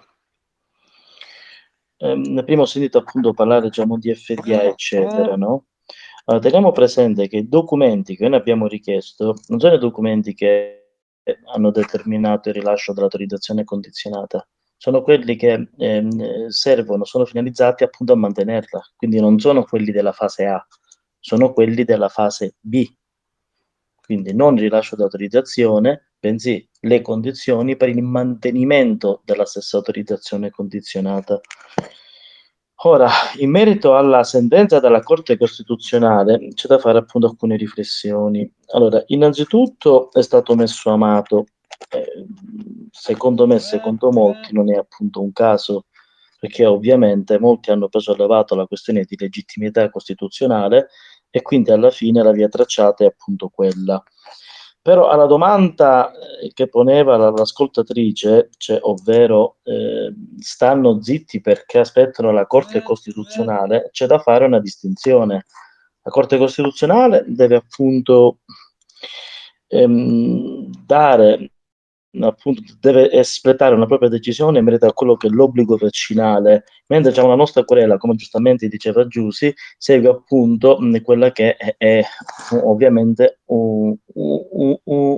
ehm, prima ho sentito appunto parlare, diciamo, di F D A, eccetera, no? Allora, teniamo presente che i documenti che noi abbiamo richiesto non sono i documenti che hanno determinato il rilascio dell'autorizzazione condizionata, sono quelli che ehm, servono, sono finalizzati appunto a mantenerla, quindi non sono quelli della fase A, sono quelli della fase B. Quindi non il rilascio d'autorizzazione, bensì le condizioni per il mantenimento della stessa autorizzazione condizionata. Ora, in merito alla sentenza della Corte Costituzionale, c'è da fare appunto alcune riflessioni. Allora, innanzitutto è stato messo Amato. Eh, secondo me, secondo molti, non è appunto un caso, perché ovviamente molti hanno poi sollevato la questione di legittimità costituzionale e quindi alla fine la via tracciata è appunto quella. Però alla domanda eh, che poneva la- l'ascoltatrice, cioè, ovvero eh, stanno zitti perché aspettano la Corte Costituzionale, c'è da fare una distinzione. La Corte Costituzionale deve appunto ehm, dare, appunto, deve espletare una propria decisione in merito a quello che è l'obbligo vaccinale, mentre c'è una nostra querela, come giustamente diceva Giussi, segue appunto mh, quella che è, è ovviamente un, un, un,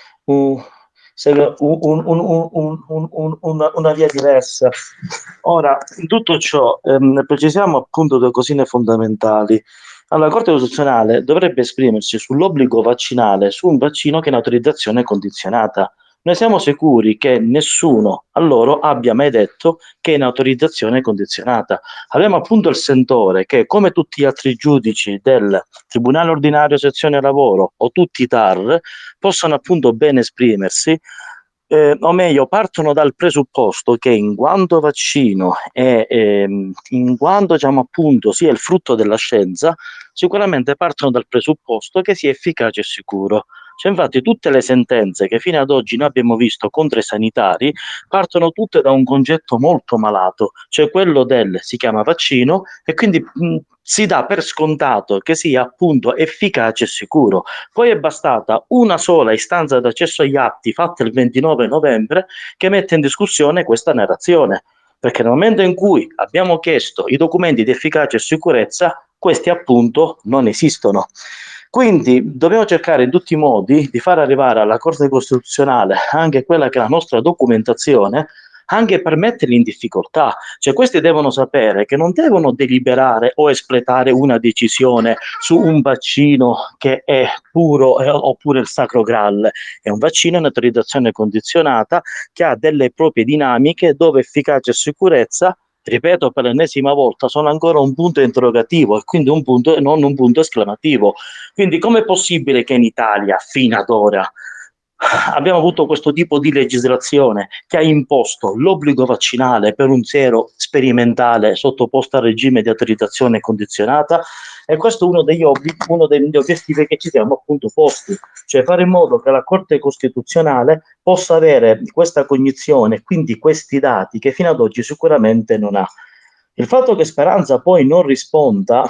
un, segue un- un- un- un- un- un- un- una, una via diversa. Ora, in tutto ciò, ehm, precisiamo appunto due cosine fondamentali. Allora, la Corte Costituzionale dovrebbe esprimersi sull'obbligo vaccinale su un vaccino che è in autorizzazione condizionata. Noi siamo sicuri che nessuno a loro abbia mai detto che è in autorizzazione condizionata. Abbiamo appunto il sentore che, come tutti gli altri giudici del Tribunale Ordinario Sezione Lavoro o tutti i T A R, possono appunto ben esprimersi, eh, o meglio, partono dal presupposto che in quanto vaccino e ehm, in quanto diciamo appunto sia il frutto della scienza, sicuramente partono dal presupposto che sia efficace e sicuro. Cioè, infatti, tutte le sentenze che fino ad oggi noi abbiamo visto contro i sanitari partono tutte da un concetto molto malato, cioè quello del si chiama vaccino e quindi mh, si dà per scontato che sia appunto efficace e sicuro. Poi è bastata una sola istanza d'accesso agli atti fatta il ventinove novembre che mette in discussione questa narrazione, perché nel momento in cui abbiamo chiesto i documenti di efficacia e sicurezza, questi appunto non esistono. Quindi dobbiamo cercare in tutti i modi di far arrivare alla Corte Costituzionale anche quella che è la nostra documentazione, anche per metterli in difficoltà. Cioè, questi devono sapere che non devono deliberare o espletare una decisione su un vaccino che è puro eh, oppure il Sacro Graal. È un vaccino in autorizzazione condizionata che ha delle proprie dinamiche dove efficacia e sicurezza, ripeto per l'ennesima volta, sono ancora un punto interrogativo e quindi un punto, non un punto esclamativo. Quindi com'è possibile che in Italia, fino ad ora, abbiamo avuto questo tipo di legislazione che ha imposto l'obbligo vaccinale per un siero sperimentale sottoposto al regime di autorizzazione condizionata? E questo è uno degli, obblighi, uno degli obiettivi che ci siamo appunto posti, cioè fare in modo che la Corte Costituzionale possa avere questa cognizione, quindi questi dati che fino ad oggi sicuramente non ha. Il fatto che Speranza poi non risponda,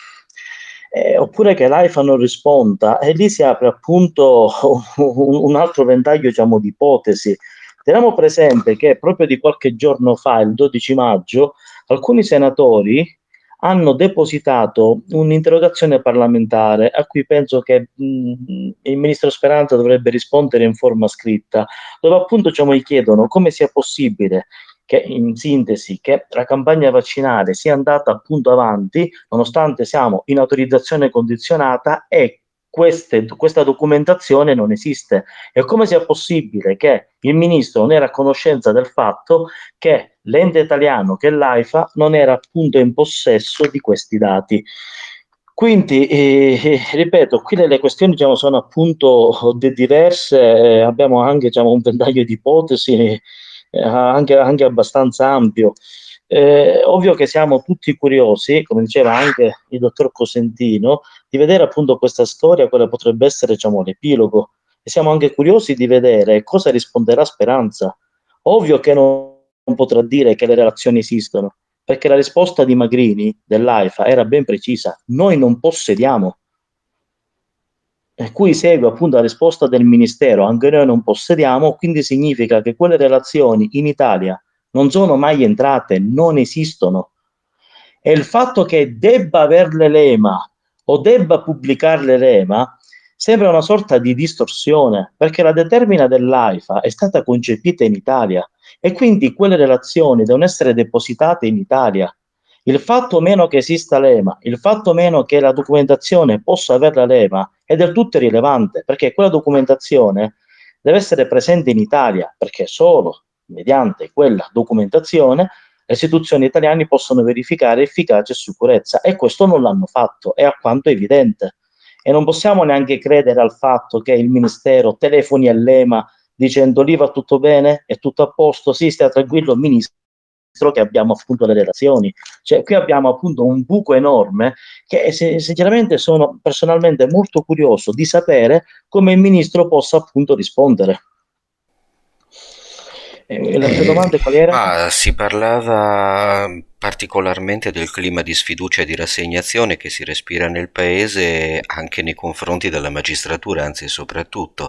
eh, oppure che l'AIFA non risponda, e lì si apre appunto un, un altro ventaglio, diciamo, di ipotesi. Teniamo presente che proprio di qualche giorno fa, il dodici maggio, alcuni senatori hanno depositato un'interrogazione parlamentare a cui penso che mh, il ministro Speranza dovrebbe rispondere in forma scritta, dove appunto diciamo, gli chiedono come sia possibile che in sintesi che la campagna vaccinale sia andata appunto avanti nonostante siamo in autorizzazione condizionata e queste, questa documentazione non esiste. E come sia possibile che il ministro non era a conoscenza del fatto che l'ente italiano, che è l'AIFA, non era appunto in possesso di questi dati. Quindi, eh, ripeto, qui le, le questioni diciamo, sono appunto de- diverse, eh, abbiamo anche diciamo, un ventaglio di ipotesi eh, anche, anche abbastanza ampio. Eh, ovvio che siamo tutti curiosi, come diceva anche il dottor Cosentino, di vedere appunto questa storia, quale potrebbe essere diciamo, l'epilogo, e siamo anche curiosi di vedere cosa risponderà Speranza. Ovvio che non, non potrà dire che le relazioni esistono, perché la risposta di Magrini, dell'AIFA, era ben precisa: noi non possediamo. E cui segue appunto la risposta del Ministero, anche noi non possediamo, quindi significa che quelle relazioni in Italia non sono mai entrate, non esistono. E il fatto che debba averle l'EMA o debba pubblicarle l'EMA sembra una sorta di distorsione, perché la determina dell'AIFA è stata concepita in Italia e quindi quelle relazioni devono essere depositate in Italia. Il fatto meno che esista l'EMA, il fatto meno che la documentazione possa averla l'EMA è del tutto irrilevante, perché quella documentazione deve essere presente in Italia, perché solo mediante quella documentazione le istituzioni italiane possono verificare efficacia e sicurezza, e questo non l'hanno fatto, è alquanto evidente. E non possiamo neanche credere al fatto che il Ministero telefoni all'E M A dicendo lì va tutto bene, è tutto a posto, sì, stia tranquillo Ministro, che abbiamo appunto le relazioni. Cioè qui abbiamo appunto un buco enorme che se, sinceramente sono personalmente molto curioso di sapere come il Ministro possa appunto rispondere. E l'altra domanda qual era? Ma si parlava particolarmente del clima di sfiducia e di rassegnazione che si respira nel paese anche nei confronti della magistratura, anzi soprattutto.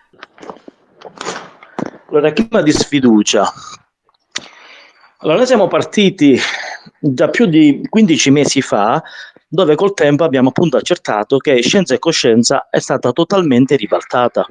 Allora, clima di sfiducia. Allora, noi siamo partiti da più di quindici mesi fa, dove col tempo abbiamo appunto accertato che Scienza e Coscienza è stata totalmente ribaltata.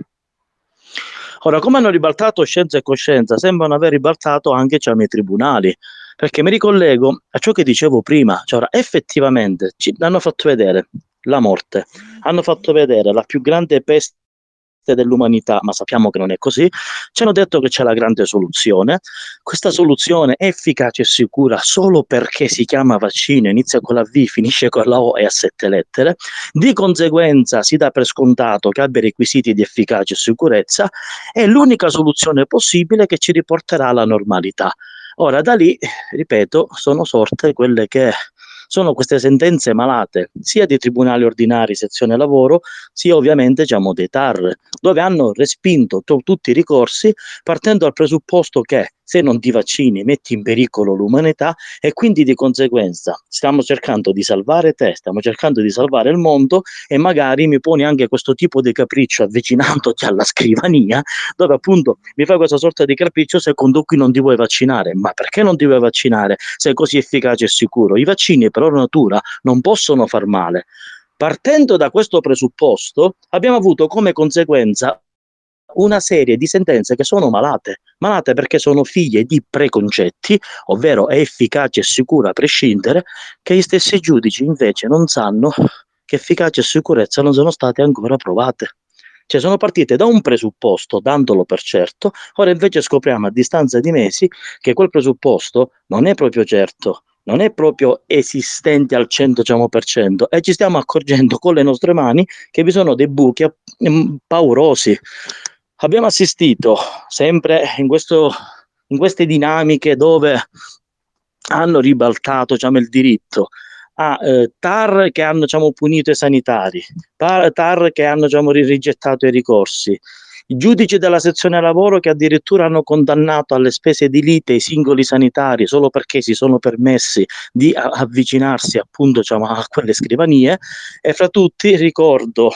Ora, come hanno ribaltato Scienza e Coscienza, sembrano aver ribaltato anche diciamo, i tribunali, perché mi ricollego a ciò che dicevo prima, cioè ora effettivamente ci hanno fatto vedere la morte, hanno fatto vedere la più grande peste dell'umanità, ma sappiamo che non è così, ci hanno detto che c'è la grande soluzione, questa soluzione è efficace e sicura solo perché si chiama vaccino, inizia con la V, finisce con la O e a sette lettere, di conseguenza si dà per scontato che abbia requisiti di efficacia e sicurezza, è l'unica soluzione possibile che ci riporterà alla normalità. Ora da lì, ripeto, sono sorte quelle che sono queste sentenze malate, sia di tribunali ordinari, sezione lavoro, sia ovviamente diciamo, dei T A R, dove hanno respinto to- tutti i ricorsi partendo dal presupposto che se non ti vaccini metti in pericolo l'umanità e quindi di conseguenza stiamo cercando di salvare te, stiamo cercando di salvare il mondo e magari mi poni anche questo tipo di capriccio avvicinandoti alla scrivania dove appunto mi fai questa sorta di capriccio secondo cui non ti vuoi vaccinare. Ma perché non ti vuoi vaccinare se è così efficace e sicuro? I vaccini per loro natura non possono far male. Partendo da questo presupposto abbiamo avuto come conseguenza una serie di sentenze che sono malate, malate perché sono figlie di preconcetti, ovvero è efficace e sicura a prescindere, che gli stessi giudici invece non sanno che efficacia e sicurezza non sono state ancora provate. Cioè sono partite da un presupposto, dandolo per certo, ora invece scopriamo a distanza di mesi che quel presupposto non è proprio certo, non è proprio esistente al cento per cento e ci stiamo accorgendo con le nostre mani che vi sono dei buchi mm, paurosi. Abbiamo assistito sempre in, questo, in queste dinamiche dove hanno ribaltato diciamo, il diritto a eh, T A R che hanno diciamo, punito i sanitari, T A R che hanno diciamo, rigettato i ricorsi, i giudici della sezione lavoro che addirittura hanno condannato alle spese di lite i singoli sanitari solo perché si sono permessi di a- avvicinarsi appunto diciamo, a quelle scrivanie, e fra tutti ricordo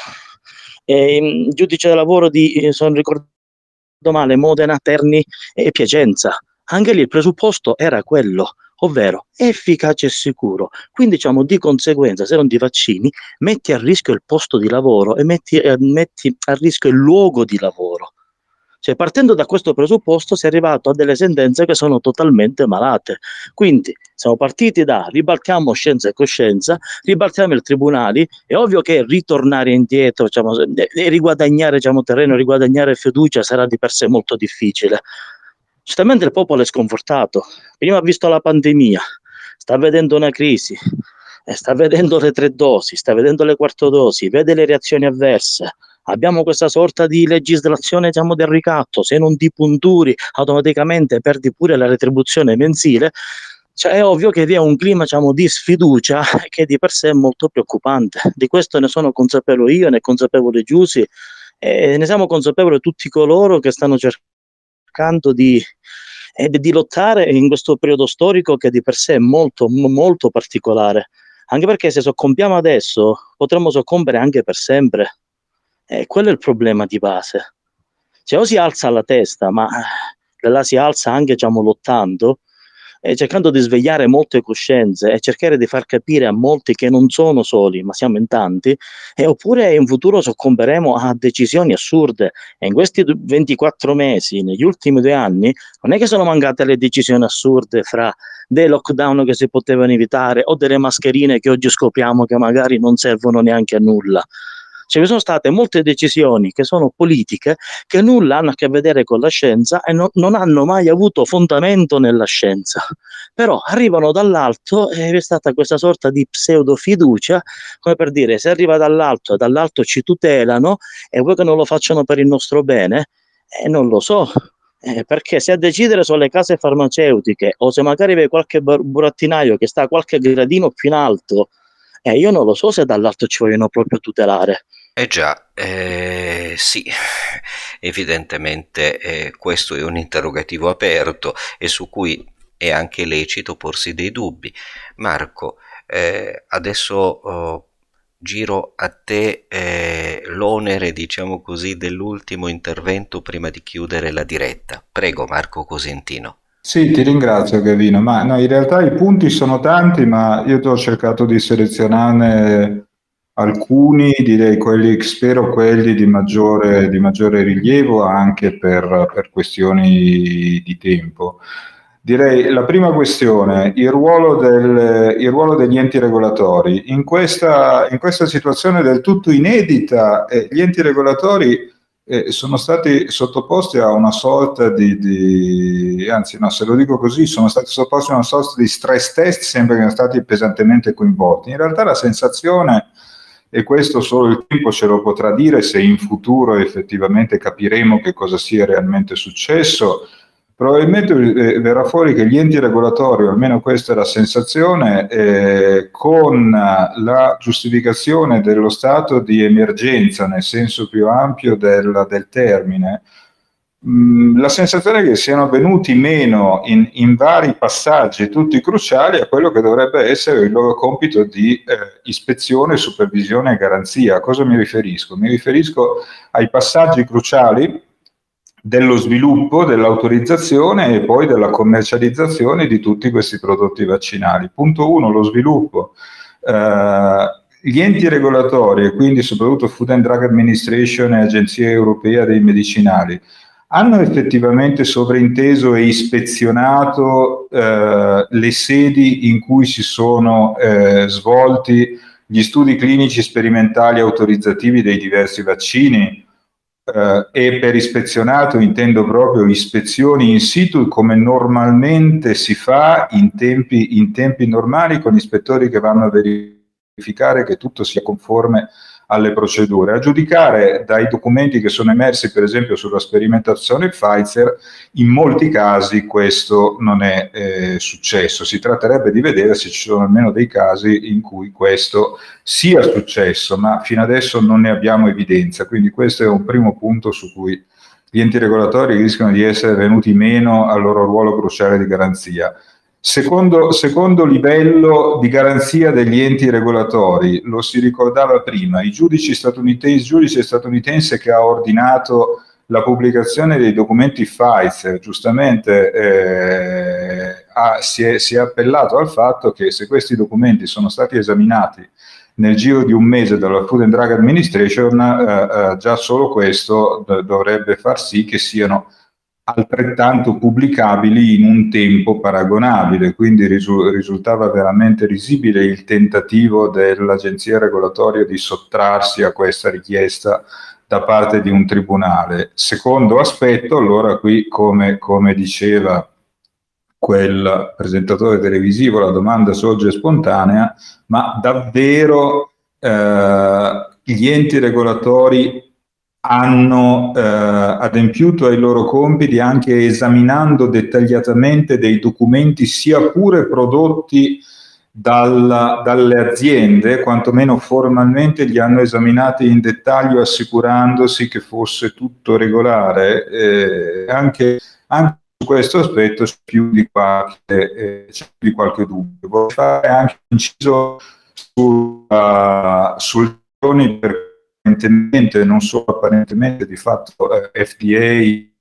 eh, giudice del lavoro di, eh, se non ricordo male, Modena, Terni e Piacenza. Anche lì il presupposto era quello, ovvero efficace e sicuro. Quindi diciamo di conseguenza se non ti vaccini metti a rischio il posto di lavoro e metti, eh, metti a rischio il luogo di lavoro. Cioè partendo da questo presupposto si è arrivato a delle sentenze che sono totalmente malate. Quindi siamo partiti da ribaltiamo Scienza e Coscienza, ribaltiamo i tribunali, è ovvio che ritornare indietro diciamo, e riguadagnare diciamo, terreno, riguadagnare fiducia sarà di per sé molto difficile. Certamente il popolo è sconfortato, prima ha visto la pandemia, sta vedendo una crisi, sta vedendo le tre dosi, sta vedendo le quattro dosi, vede le reazioni avverse. Abbiamo questa sorta di legislazione diciamo, del ricatto, se non ti punturi automaticamente perdi pure la retribuzione mensile. Cioè, è ovvio che vi è un clima diciamo, di sfiducia che di per sé è molto preoccupante. Di questo ne sono consapevole io, ne è consapevole Giusy e ne siamo consapevoli tutti coloro che stanno cercando di, eh, di lottare in questo periodo storico che di per sé è molto, molto particolare. Anche perché se soccombiamo adesso potremmo soccombere anche per sempre. E quello è il problema di base. Cioè o si alza la testa, ma la si alza anche diciamo, lottando, e cercando di svegliare molte coscienze e cercare di far capire a molti che non sono soli, ma siamo in tanti, e oppure in futuro soccomberemo a decisioni assurde. E in questi ventiquattro mesi, negli ultimi due anni, non è che sono mancate le decisioni assurde fra dei lockdown che si potevano evitare o delle mascherine che oggi scopriamo che magari non servono neanche a nulla. Cioè, vi sono state molte decisioni che sono politiche, che nulla hanno a che vedere con la scienza e no, non hanno mai avuto fondamento nella scienza. Però arrivano dall'alto e è stata questa sorta di pseudo fiducia, come per dire, se arriva dall'alto e dall'alto ci tutelano e vuoi che non lo facciano per il nostro bene? Eh, non lo so. Eh, perché se a decidere sono le case farmaceutiche o se magari vedi qualche burattinaio che sta qualche gradino più in alto, eh, io non lo so se dall'alto ci vogliono proprio tutelare. Eh già, eh, sì, evidentemente eh, questo è un interrogativo aperto e su cui è anche lecito porsi dei dubbi. Marco, eh, adesso oh, giro a te eh, l'onere, diciamo così, dell'ultimo intervento prima di chiudere la diretta. Prego, Marco Cosentino. Sì, ti ringrazio Gavino, ma no, in realtà i punti sono tanti, ma io ti ho cercato di selezionarne alcuni, direi quelli, spero quelli di maggiore, di maggiore rilievo anche per, per questioni di tempo. Direi la prima questione, il ruolo, del, il ruolo degli enti regolatori. In questa, in questa situazione del tutto inedita, eh, gli enti regolatori eh, sono stati sottoposti a una sorta di, di, anzi no, se lo dico così, sono stati sottoposti a una sorta di stress test, sembra che siano stati pesantemente coinvolti. In realtà la sensazione, e questo solo il tempo ce lo potrà dire se in futuro effettivamente capiremo che cosa sia realmente successo, probabilmente eh, verrà fuori che gli enti regolatori, o almeno questa è la sensazione, eh, con la giustificazione dello stato di emergenza nel senso più ampio del, del termine, mh, la sensazione è che siano venuti meno in, in vari passaggi tutti cruciali a quello che dovrebbe essere il loro compito di eh, ispezione, supervisione e garanzia. A cosa mi riferisco? Mi riferisco ai passaggi cruciali dello sviluppo, dell'autorizzazione e poi della commercializzazione di tutti questi prodotti vaccinali. Punto uno, lo sviluppo. Eh, gli enti regolatori, e quindi soprattutto Food and Drug Administration e Agenzia Europea dei Medicinali, hanno effettivamente sovrinteso e ispezionato eh, le sedi in cui si sono eh, svolti gli studi clinici sperimentali autorizzativi dei diversi vaccini? Uh, e per ispezionato intendo proprio ispezioni in situ come normalmente si fa in tempi, in tempi normali, con ispettori che vanno a verificare che tutto sia conforme alle procedure. A giudicare dai documenti che sono emersi per esempio sulla sperimentazione Pfizer, in molti casi questo non è eh, successo. Si tratterebbe di vedere se ci sono almeno dei casi in cui questo sia successo, ma fino adesso non ne abbiamo evidenza, quindi questo è un primo punto su cui gli enti regolatori rischiano di essere venuti meno al loro ruolo cruciale di garanzia. Secondo, secondo livello di garanzia degli enti regolatori, lo si ricordava prima, i giudici statunitensi, il giudice statunitense che ha ordinato la pubblicazione dei documenti Pfizer, giustamente eh, ha, si, è, si è appellato al fatto che se questi documenti sono stati esaminati nel giro di un mese dalla Food and Drug Administration, eh, eh, già solo questo d- dovrebbe far sì che siano altrettanto pubblicabili in un tempo paragonabile, quindi risu- risultava veramente risibile il tentativo dell'agenzia regolatoria di sottrarsi a questa richiesta da parte di un tribunale. Secondo aspetto, allora qui come, come diceva quel presentatore televisivo, la domanda sorge spontanea, ma davvero eh, gli enti regolatori hanno eh, adempiuto ai loro compiti anche esaminando dettagliatamente dei documenti sia pure prodotti dal, dalle aziende, quantomeno formalmente li hanno esaminati in dettaglio assicurandosi che fosse tutto regolare. Eh, anche, anche su questo aspetto c'è più di qualche, eh, c'è più di qualche dubbio. Vorrei fare anche un inciso su, uh, sul per apparentemente, non solo apparentemente, di fatto eh, F D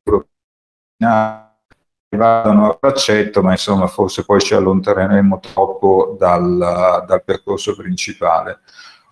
A vadano a braccetto, ma insomma forse poi ci allontaneremo troppo dal, dal percorso principale.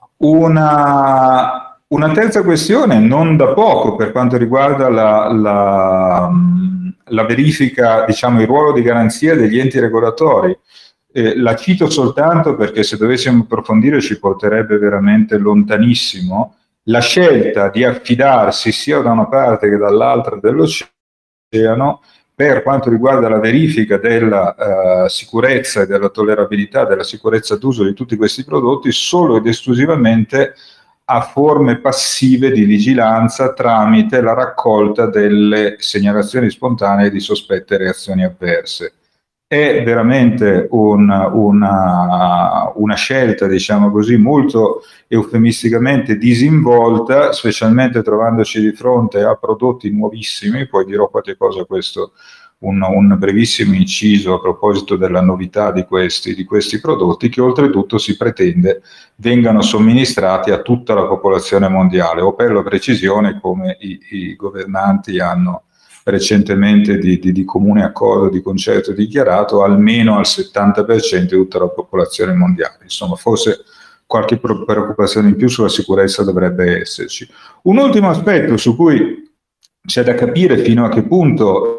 Una, una terza questione, non da poco, per quanto riguarda la, la, la verifica, diciamo, il ruolo di garanzia degli enti regolatori. Eh, la cito soltanto perché se dovessimo approfondire ci porterebbe veramente lontanissimo. la scelta di affidarsi sia da una parte che dall'altra dell'oceano per quanto riguarda la verifica della uh, sicurezza e della tollerabilità, della sicurezza d'uso di tutti questi prodotti solo ed esclusivamente a forme passive di vigilanza tramite la raccolta delle segnalazioni spontanee di sospette reazioni avverse. È veramente un, una, una scelta, diciamo così, molto eufemisticamente disinvolta, specialmente trovandoci di fronte a prodotti nuovissimi. Poi dirò qualche cosa a questo, un, un brevissimo inciso a proposito della novità di questi, di questi prodotti, che oltretutto si pretende vengano somministrati a tutta la popolazione mondiale, o per la precisione, come i, i governanti hanno recentemente di, di, di comune accordo, di concerto dichiarato, almeno al settanta per cento di tutta la popolazione mondiale. Insomma, forse qualche preoccupazione in più sulla sicurezza dovrebbe esserci. Un ultimo aspetto su cui c'è da capire fino a che punto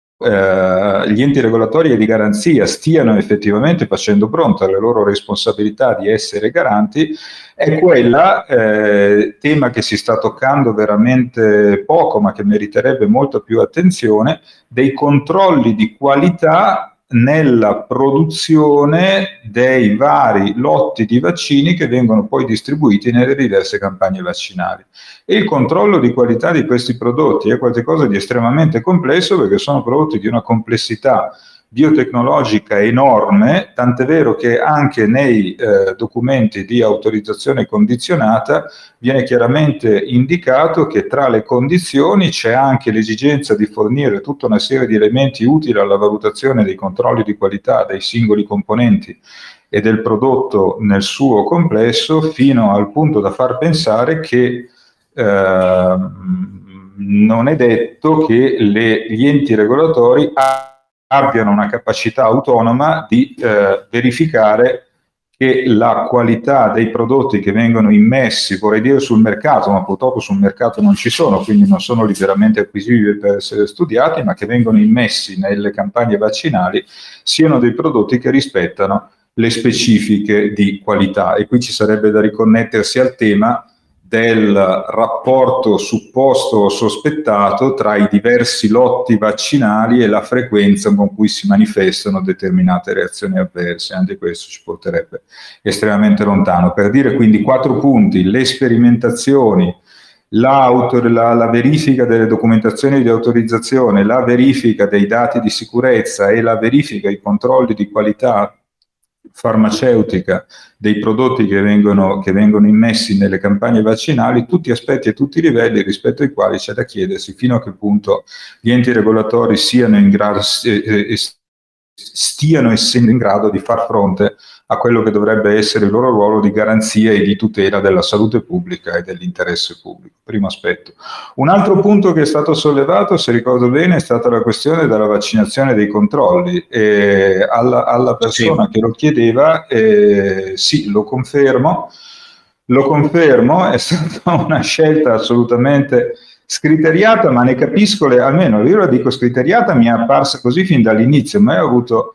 eh, gli enti regolatori e di garanzia stiano effettivamente facendo pronto alle loro responsabilità di essere garanti, è quella, eh, tema che si sta toccando veramente poco ma che meriterebbe molta più attenzione, dei controlli di qualità nella produzione dei vari lotti di vaccini che vengono poi distribuiti nelle diverse campagne vaccinali. E il controllo di qualità di questi prodotti è qualcosa di estremamente complesso, perché sono prodotti di una complessità biotecnologica enorme, tant'è vero che anche nei eh, documenti di autorizzazione condizionata viene chiaramente indicato che tra le condizioni c'è anche l'esigenza di fornire tutta una serie di elementi utili alla valutazione dei controlli di qualità dei singoli componenti e del prodotto nel suo complesso, fino al punto da far pensare che eh, non è detto che le, gli enti regolatori abbiano una capacità autonoma di eh, verificare che la qualità dei prodotti che vengono immessi, vorrei dire sul mercato, ma purtroppo sul mercato non ci sono, quindi non sono liberamente acquisibili per essere studiati, ma che vengono immessi nelle campagne vaccinali, siano dei prodotti che rispettano le specifiche di qualità. E qui ci sarebbe da riconnettersi al tema del rapporto supposto o sospettato tra i diversi lotti vaccinali e la frequenza con cui si manifestano determinate reazioni avverse. Anche questo ci porterebbe estremamente lontano. Per dire quindi quattro punti: le sperimentazioni, la, la, la verifica delle documentazioni di autorizzazione, la verifica dei dati di sicurezza e la verifica, i controlli di qualità farmaceutica dei prodotti che vengono, che vengono immessi nelle campagne vaccinali, tutti aspetti e tutti i livelli rispetto ai quali c'è da chiedersi fino a che punto gli enti regolatori siano in grado, eh, stiano essendo in grado di far fronte a quello che dovrebbe essere il loro ruolo di garanzia e di tutela della salute pubblica e dell'interesse pubblico. Primo aspetto. Un altro punto che è stato sollevato, se ricordo bene, è stata la questione della vaccinazione dei controlli. E alla, alla persona sì. che lo chiedeva, eh, sì, lo confermo, lo confermo, è stata una scelta assolutamente scriteriata, ma ne capisco, le, almeno io la dico scriteriata, mi è apparsa così fin dall'inizio, ma io ho avuto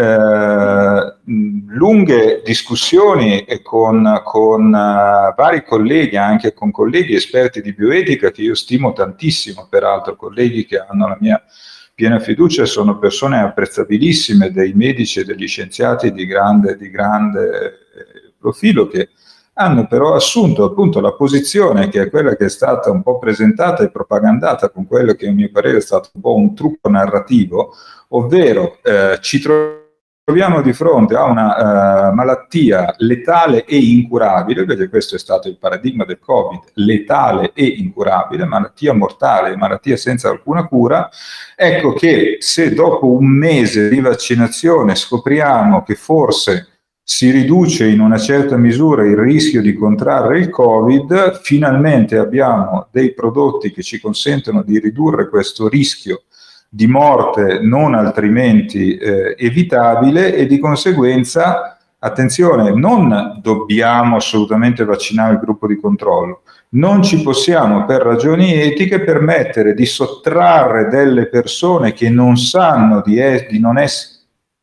Eh, lunghe discussioni con, con uh, vari colleghi, anche con colleghi esperti di bioetica che io stimo tantissimo, peraltro colleghi che hanno la mia piena fiducia, sono persone apprezzabilissime, dei medici e degli scienziati di grande, di grande profilo, che hanno però assunto appunto la posizione che è quella che è stata un po' presentata e propagandata con quello che a mio parere è stato un po' un trucco narrativo, ovvero eh, ci troviamo Troviamo di fronte a una uh, malattia letale e incurabile, perché questo è stato il paradigma del Covid, letale e incurabile, malattia mortale, malattia senza alcuna cura. Ecco che se dopo un mese di vaccinazione scopriamo che forse si riduce in una certa misura il rischio di contrarre il Covid, finalmente abbiamo dei prodotti che ci consentono di ridurre questo rischio di morte non altrimenti eh, evitabile, e di conseguenza, attenzione, non dobbiamo assolutamente vaccinare il gruppo di controllo, non ci possiamo per ragioni etiche permettere di sottrarre delle persone che non sanno di, di non essere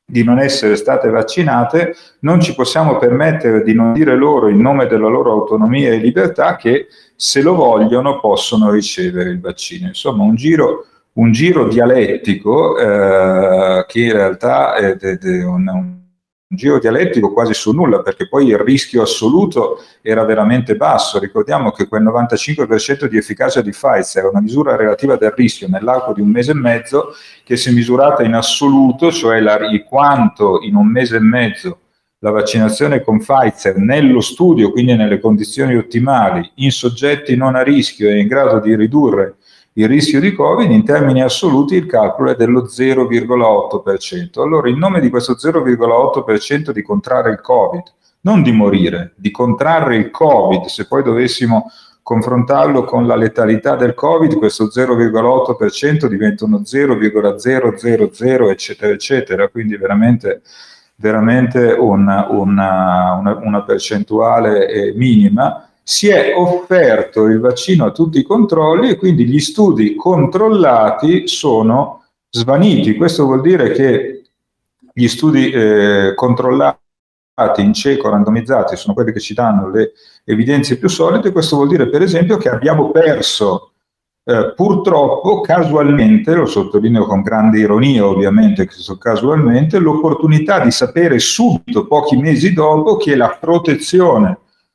di non essere state vaccinate, non ci possiamo permettere di non dire loro, in nome della loro autonomia e libertà, che se lo vogliono possono ricevere il vaccino. Insomma, un giro, un giro dialettico eh, che in realtà è de, de un, un un giro dialettico quasi su nulla, perché poi il rischio assoluto era veramente basso. Ricordiamo che quel novantacinque per cento di efficacia di Pfizer è una misura relativa del rischio nell'arco di un mese e mezzo, che se misurata in assoluto, cioè la, quanto in un mese e mezzo la vaccinazione con Pfizer nello studio, quindi nelle condizioni ottimali, in soggetti non a rischio è in grado di ridurre il rischio di Covid, in termini assoluti il calcolo è dello zero virgola otto per cento. Allora, in nome di questo zero virgola otto per cento di contrarre il Covid, non di morire, di contrarre il Covid, se poi dovessimo confrontarlo con la letalità del Covid, questo zero virgola otto per cento diventa uno zero virgola zero zero zero eccetera eccetera, quindi veramente, veramente una, una, una, una percentuale eh, minima. Si è offerto il vaccino a tutti i controlli e quindi gli studi controllati sono svaniti. Questo vuol dire che gli studi eh, controllati in cieco, randomizzati, sono quelli che ci danno le evidenze più solide. Questo vuol dire, per esempio, che abbiamo perso eh, purtroppo, casualmente, lo sottolineo con grande ironia ovviamente, che sto casualmente, l'opportunità di sapere subito, pochi mesi dopo, che la protezione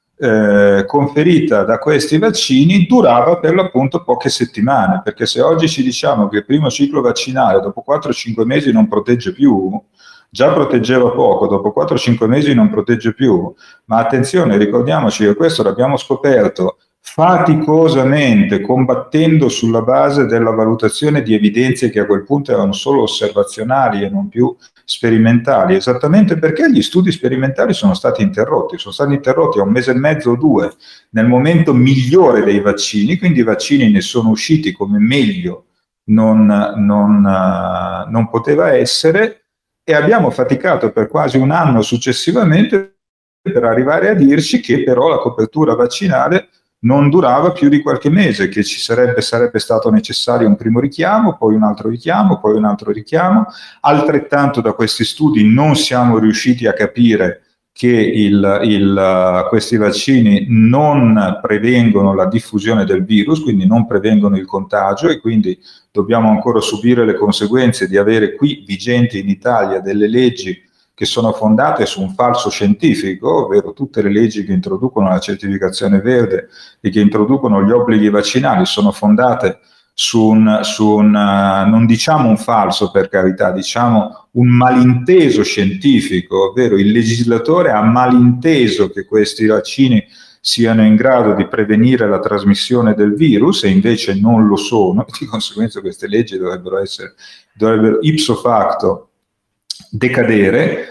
Eh, conferita da questi vaccini durava per l'appunto poche settimane, perché se oggi ci diciamo che il primo ciclo vaccinale dopo quattro cinque mesi non protegge più, già proteggeva poco, dopo quattro cinque mesi non protegge più, ma attenzione, ricordiamoci che questo l'abbiamo scoperto faticosamente, combattendo sulla base della valutazione di evidenze che a quel punto erano solo osservazionali e non più sperimentali, esattamente perché gli studi sperimentali sono stati interrotti, sono stati interrotti a un mese e mezzo o due, nel momento migliore dei vaccini, quindi i vaccini ne sono usciti come meglio non, non, uh, non poteva essere, e abbiamo faticato per quasi un anno successivamente per arrivare a dirci che però la copertura vaccinale non durava più di qualche mese, che ci sarebbe, sarebbe stato necessario un primo richiamo, poi un altro richiamo, poi un altro richiamo. Altrettanto da questi studi non siamo riusciti a capire che il, il, questi vaccini non prevengono la diffusione del virus, quindi non prevengono il contagio, e quindi dobbiamo ancora subire le conseguenze di avere qui vigenti in Italia delle leggi che sono fondate su un falso scientifico, ovvero tutte le leggi che introducono la certificazione verde e che introducono gli obblighi vaccinali sono fondate su un, su un uh, non diciamo un falso, per carità, diciamo un malinteso scientifico, ovvero il legislatore ha malinteso che questi vaccini siano in grado di prevenire la trasmissione del virus e invece non lo sono, di conseguenza queste leggi dovrebbero essere, dovrebbero ipso facto decadere,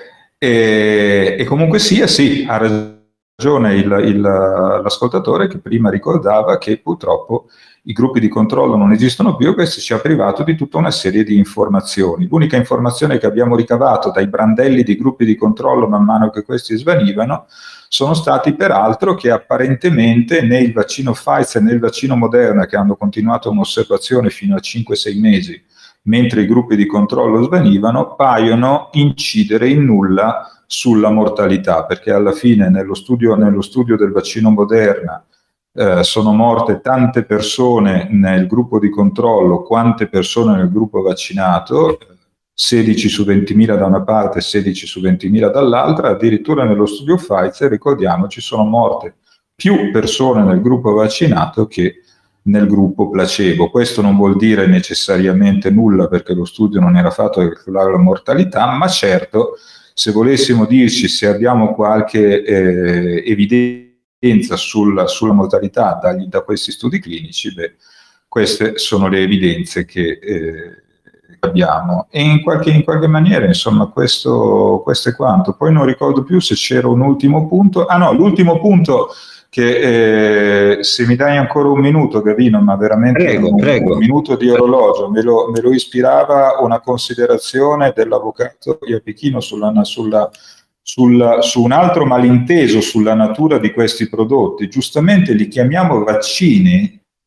e, e comunque sia, sì, ha ragione il, il, l'ascoltatore che prima ricordava che purtroppo i gruppi di controllo non esistono più, e questo ci ha privato di tutta una serie di informazioni. L'unica informazione che abbiamo ricavato dai brandelli di gruppi di controllo man mano che questi svanivano sono stati peraltro che apparentemente né il vaccino Pfizer né il vaccino Moderna, che hanno continuato un'osservazione fino a cinque sei mesi mentre i gruppi di controllo svanivano, paiono incidere in nulla sulla mortalità, perché alla fine nello studio, nello studio del vaccino Moderna eh, sono morte tante persone nel gruppo di controllo quante persone nel gruppo vaccinato, sedici su ventimila da una parte e sedici su ventimila dall'altra. Addirittura nello studio Pfizer, ricordiamoci, sono morte più persone nel gruppo vaccinato che nel gruppo placebo. Questo non vuol dire necessariamente nulla, perché lo studio non era fatto per calcolare la mortalità, ma certo, se volessimo dirci se abbiamo qualche eh, evidenza sul, sulla mortalità dagli, da questi studi clinici, beh, queste sono le evidenze che eh, abbiamo. E in qualche, in qualche maniera, insomma, questo, questo è quanto. Poi non ricordo più se c'era un ultimo punto. Ah no, l'ultimo punto che eh, se mi dai ancora un minuto, Gavino, ma veramente prego, un, prego. un minuto di orologio, me lo, me lo ispirava una considerazione dell'avvocato Iapichino sulla, sulla, sulla, su un altro malinteso sulla natura di questi prodotti. Giustamente li chiamiamo vaccini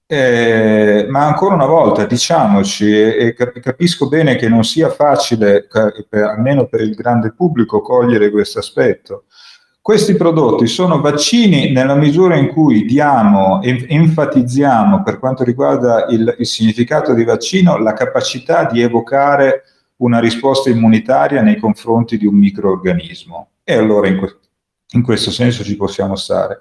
Eh, ma ancora una volta diciamoci, e, e cap- capisco bene che non sia facile, ca- per- almeno per il grande pubblico, cogliere questo aspetto. Questi prodotti sono vaccini nella misura in cui diamo, en- enfatizziamo per quanto riguarda il, il significato di vaccino, la capacità di evocare una risposta immunitaria nei confronti di un microorganismo. E allora in, que- in questo senso ci possiamo stare.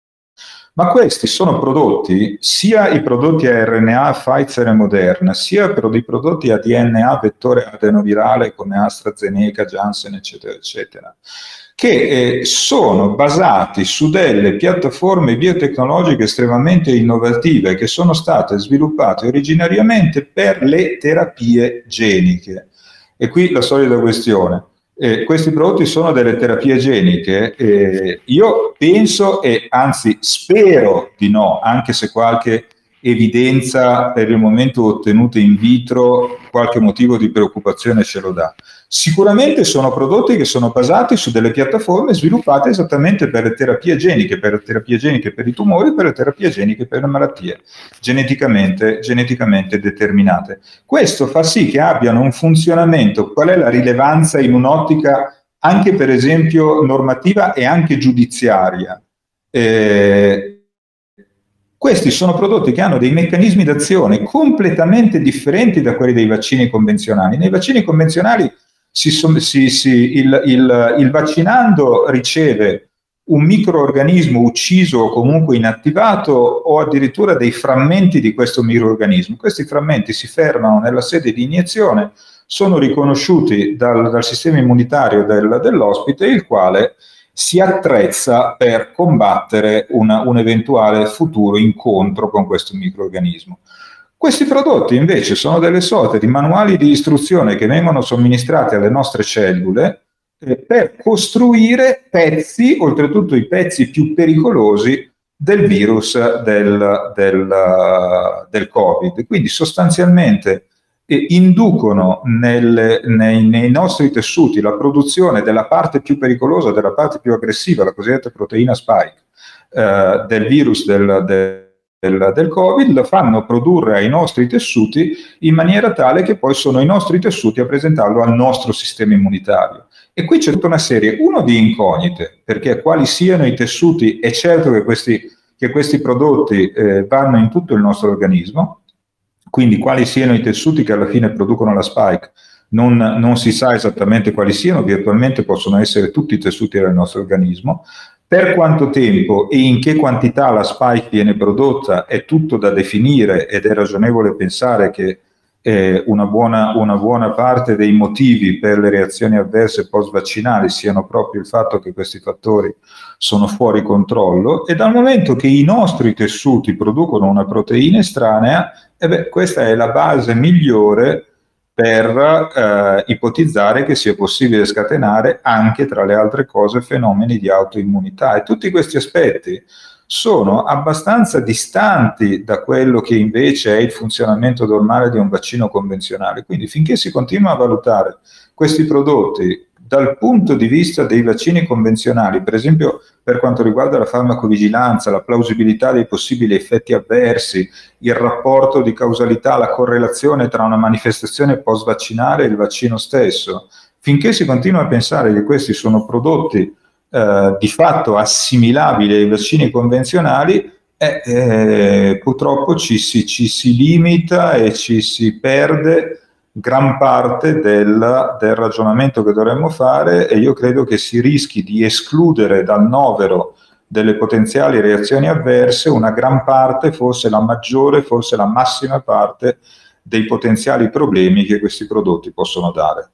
Ma questi sono prodotti, sia i prodotti a R N A Pfizer e Moderna, sia per i prodotti a D N A vettore adenovirale come AstraZeneca, Janssen, eccetera, eccetera, che eh, sono basati su delle piattaforme biotecnologiche estremamente innovative che sono state sviluppate originariamente per le terapie geniche. E qui la solita questione. Eh, questi prodotti sono delle terapie geniche, eh, io penso e anzi spero di no, anche se qualche evidenza per il momento ottenuta in vitro qualche motivo di preoccupazione ce lo dà. Sicuramente sono prodotti che sono basati su delle piattaforme sviluppate esattamente per le terapie geniche, per le terapie geniche per i tumori, per le terapie geniche per le malattie geneticamente, geneticamente determinate. Questo fa sì che abbiano un funzionamento. Qual è la rilevanza in un'ottica anche per esempio normativa e anche giudiziaria? Eh, questi sono prodotti che hanno dei meccanismi d'azione completamente differenti da quelli dei vaccini convenzionali. Nei vaccini convenzionali si, si, si, il, il, il vaccinando riceve un microorganismo ucciso o comunque inattivato o addirittura dei frammenti di questo microorganismo. Questi frammenti si fermano nella sede di iniezione, sono riconosciuti dal, dal sistema immunitario del, dell'ospite, il quale si attrezza per combattere una, un eventuale futuro incontro con questo microorganismo. Questi prodotti invece sono delle sorte di manuali di istruzione che vengono somministrati alle nostre cellule eh, per costruire pezzi, oltretutto i pezzi più pericolosi del virus del, del, del Covid. Quindi sostanzialmente eh, inducono nel, nei, nei nostri tessuti la produzione della parte più pericolosa, della parte più aggressiva, la cosiddetta proteina spike eh, del virus del, del Del, del Covid, lo fanno produrre ai nostri tessuti in maniera tale che poi sono i nostri tessuti a presentarlo al nostro sistema immunitario. E qui c'è tutta una serie, uno di incognite, perché quali siano i tessuti, è certo che questi, che questi prodotti eh, vanno in tutto il nostro organismo, quindi quali siano i tessuti che alla fine producono la spike, non, non si sa esattamente quali siano, virtualmente possono essere tutti i tessuti del nostro organismo. Per quanto tempo e in che quantità la spike viene prodotta è tutto da definire ed è ragionevole pensare che eh, una, buona, una buona parte dei motivi per le reazioni avverse post-vaccinali siano proprio il fatto che questi fattori sono fuori controllo, e dal momento che i nostri tessuti producono una proteina estranea, eh beh, questa è la base migliore per eh, ipotizzare che sia possibile scatenare anche, tra le altre cose, fenomeni di autoimmunità. E tutti questi aspetti sono abbastanza distanti da quello che invece è il funzionamento normale di un vaccino convenzionale. Quindi finché si continua a valutare questi prodotti dal punto di vista dei vaccini convenzionali, per esempio per quanto riguarda la farmacovigilanza, la plausibilità dei possibili effetti avversi, il rapporto di causalità, la correlazione tra una manifestazione post-vaccinale e il vaccino stesso, finché si continua a pensare che questi sono prodotti eh, di fatto assimilabili ai vaccini convenzionali, eh, eh, purtroppo ci si, ci si limita e ci si perde gran parte del, del ragionamento che dovremmo fare, e io credo che si rischi di escludere dal novero delle potenziali reazioni avverse una gran parte, forse la maggiore, forse la massima parte dei potenziali problemi che questi prodotti possono dare.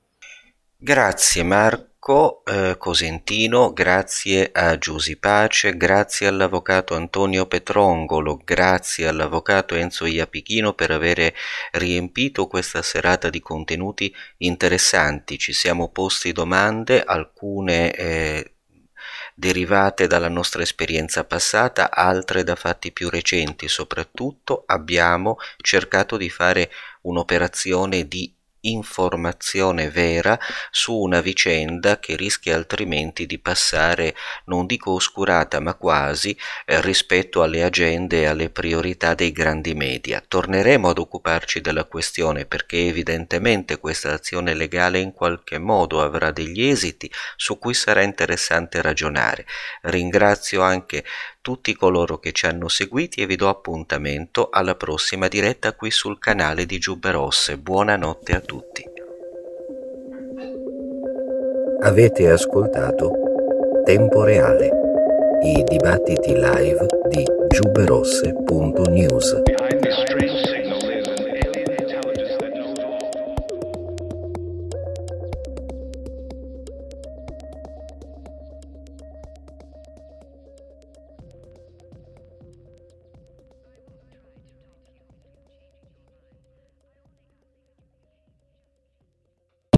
Grazie Marco eh, Cosentino, grazie a Giusy Pace, grazie all'avvocato Antonio Petrongolo, grazie all'avvocato Enzo Iapichino per avere riempito questa serata di contenuti interessanti. Ci siamo posti domande, alcune eh, derivate dalla nostra esperienza passata, altre da fatti più recenti. Soprattutto abbiamo cercato di fare un'operazione di informazione vera su una vicenda che rischia altrimenti di passare, non dico oscurata, ma quasi, eh, rispetto alle agende e alle priorità dei grandi media. Torneremo ad occuparci della questione perché evidentemente questa azione legale in qualche modo avrà degli esiti su cui sarà interessante ragionare. Ringrazio anche tutti coloro che ci hanno seguiti e vi do appuntamento alla prossima diretta qui sul canale di Giubbe Rosse. Buonanotte a tutti. Avete ascoltato Tempo Reale, i dibattiti live di giubberosse punto news. Behind the strange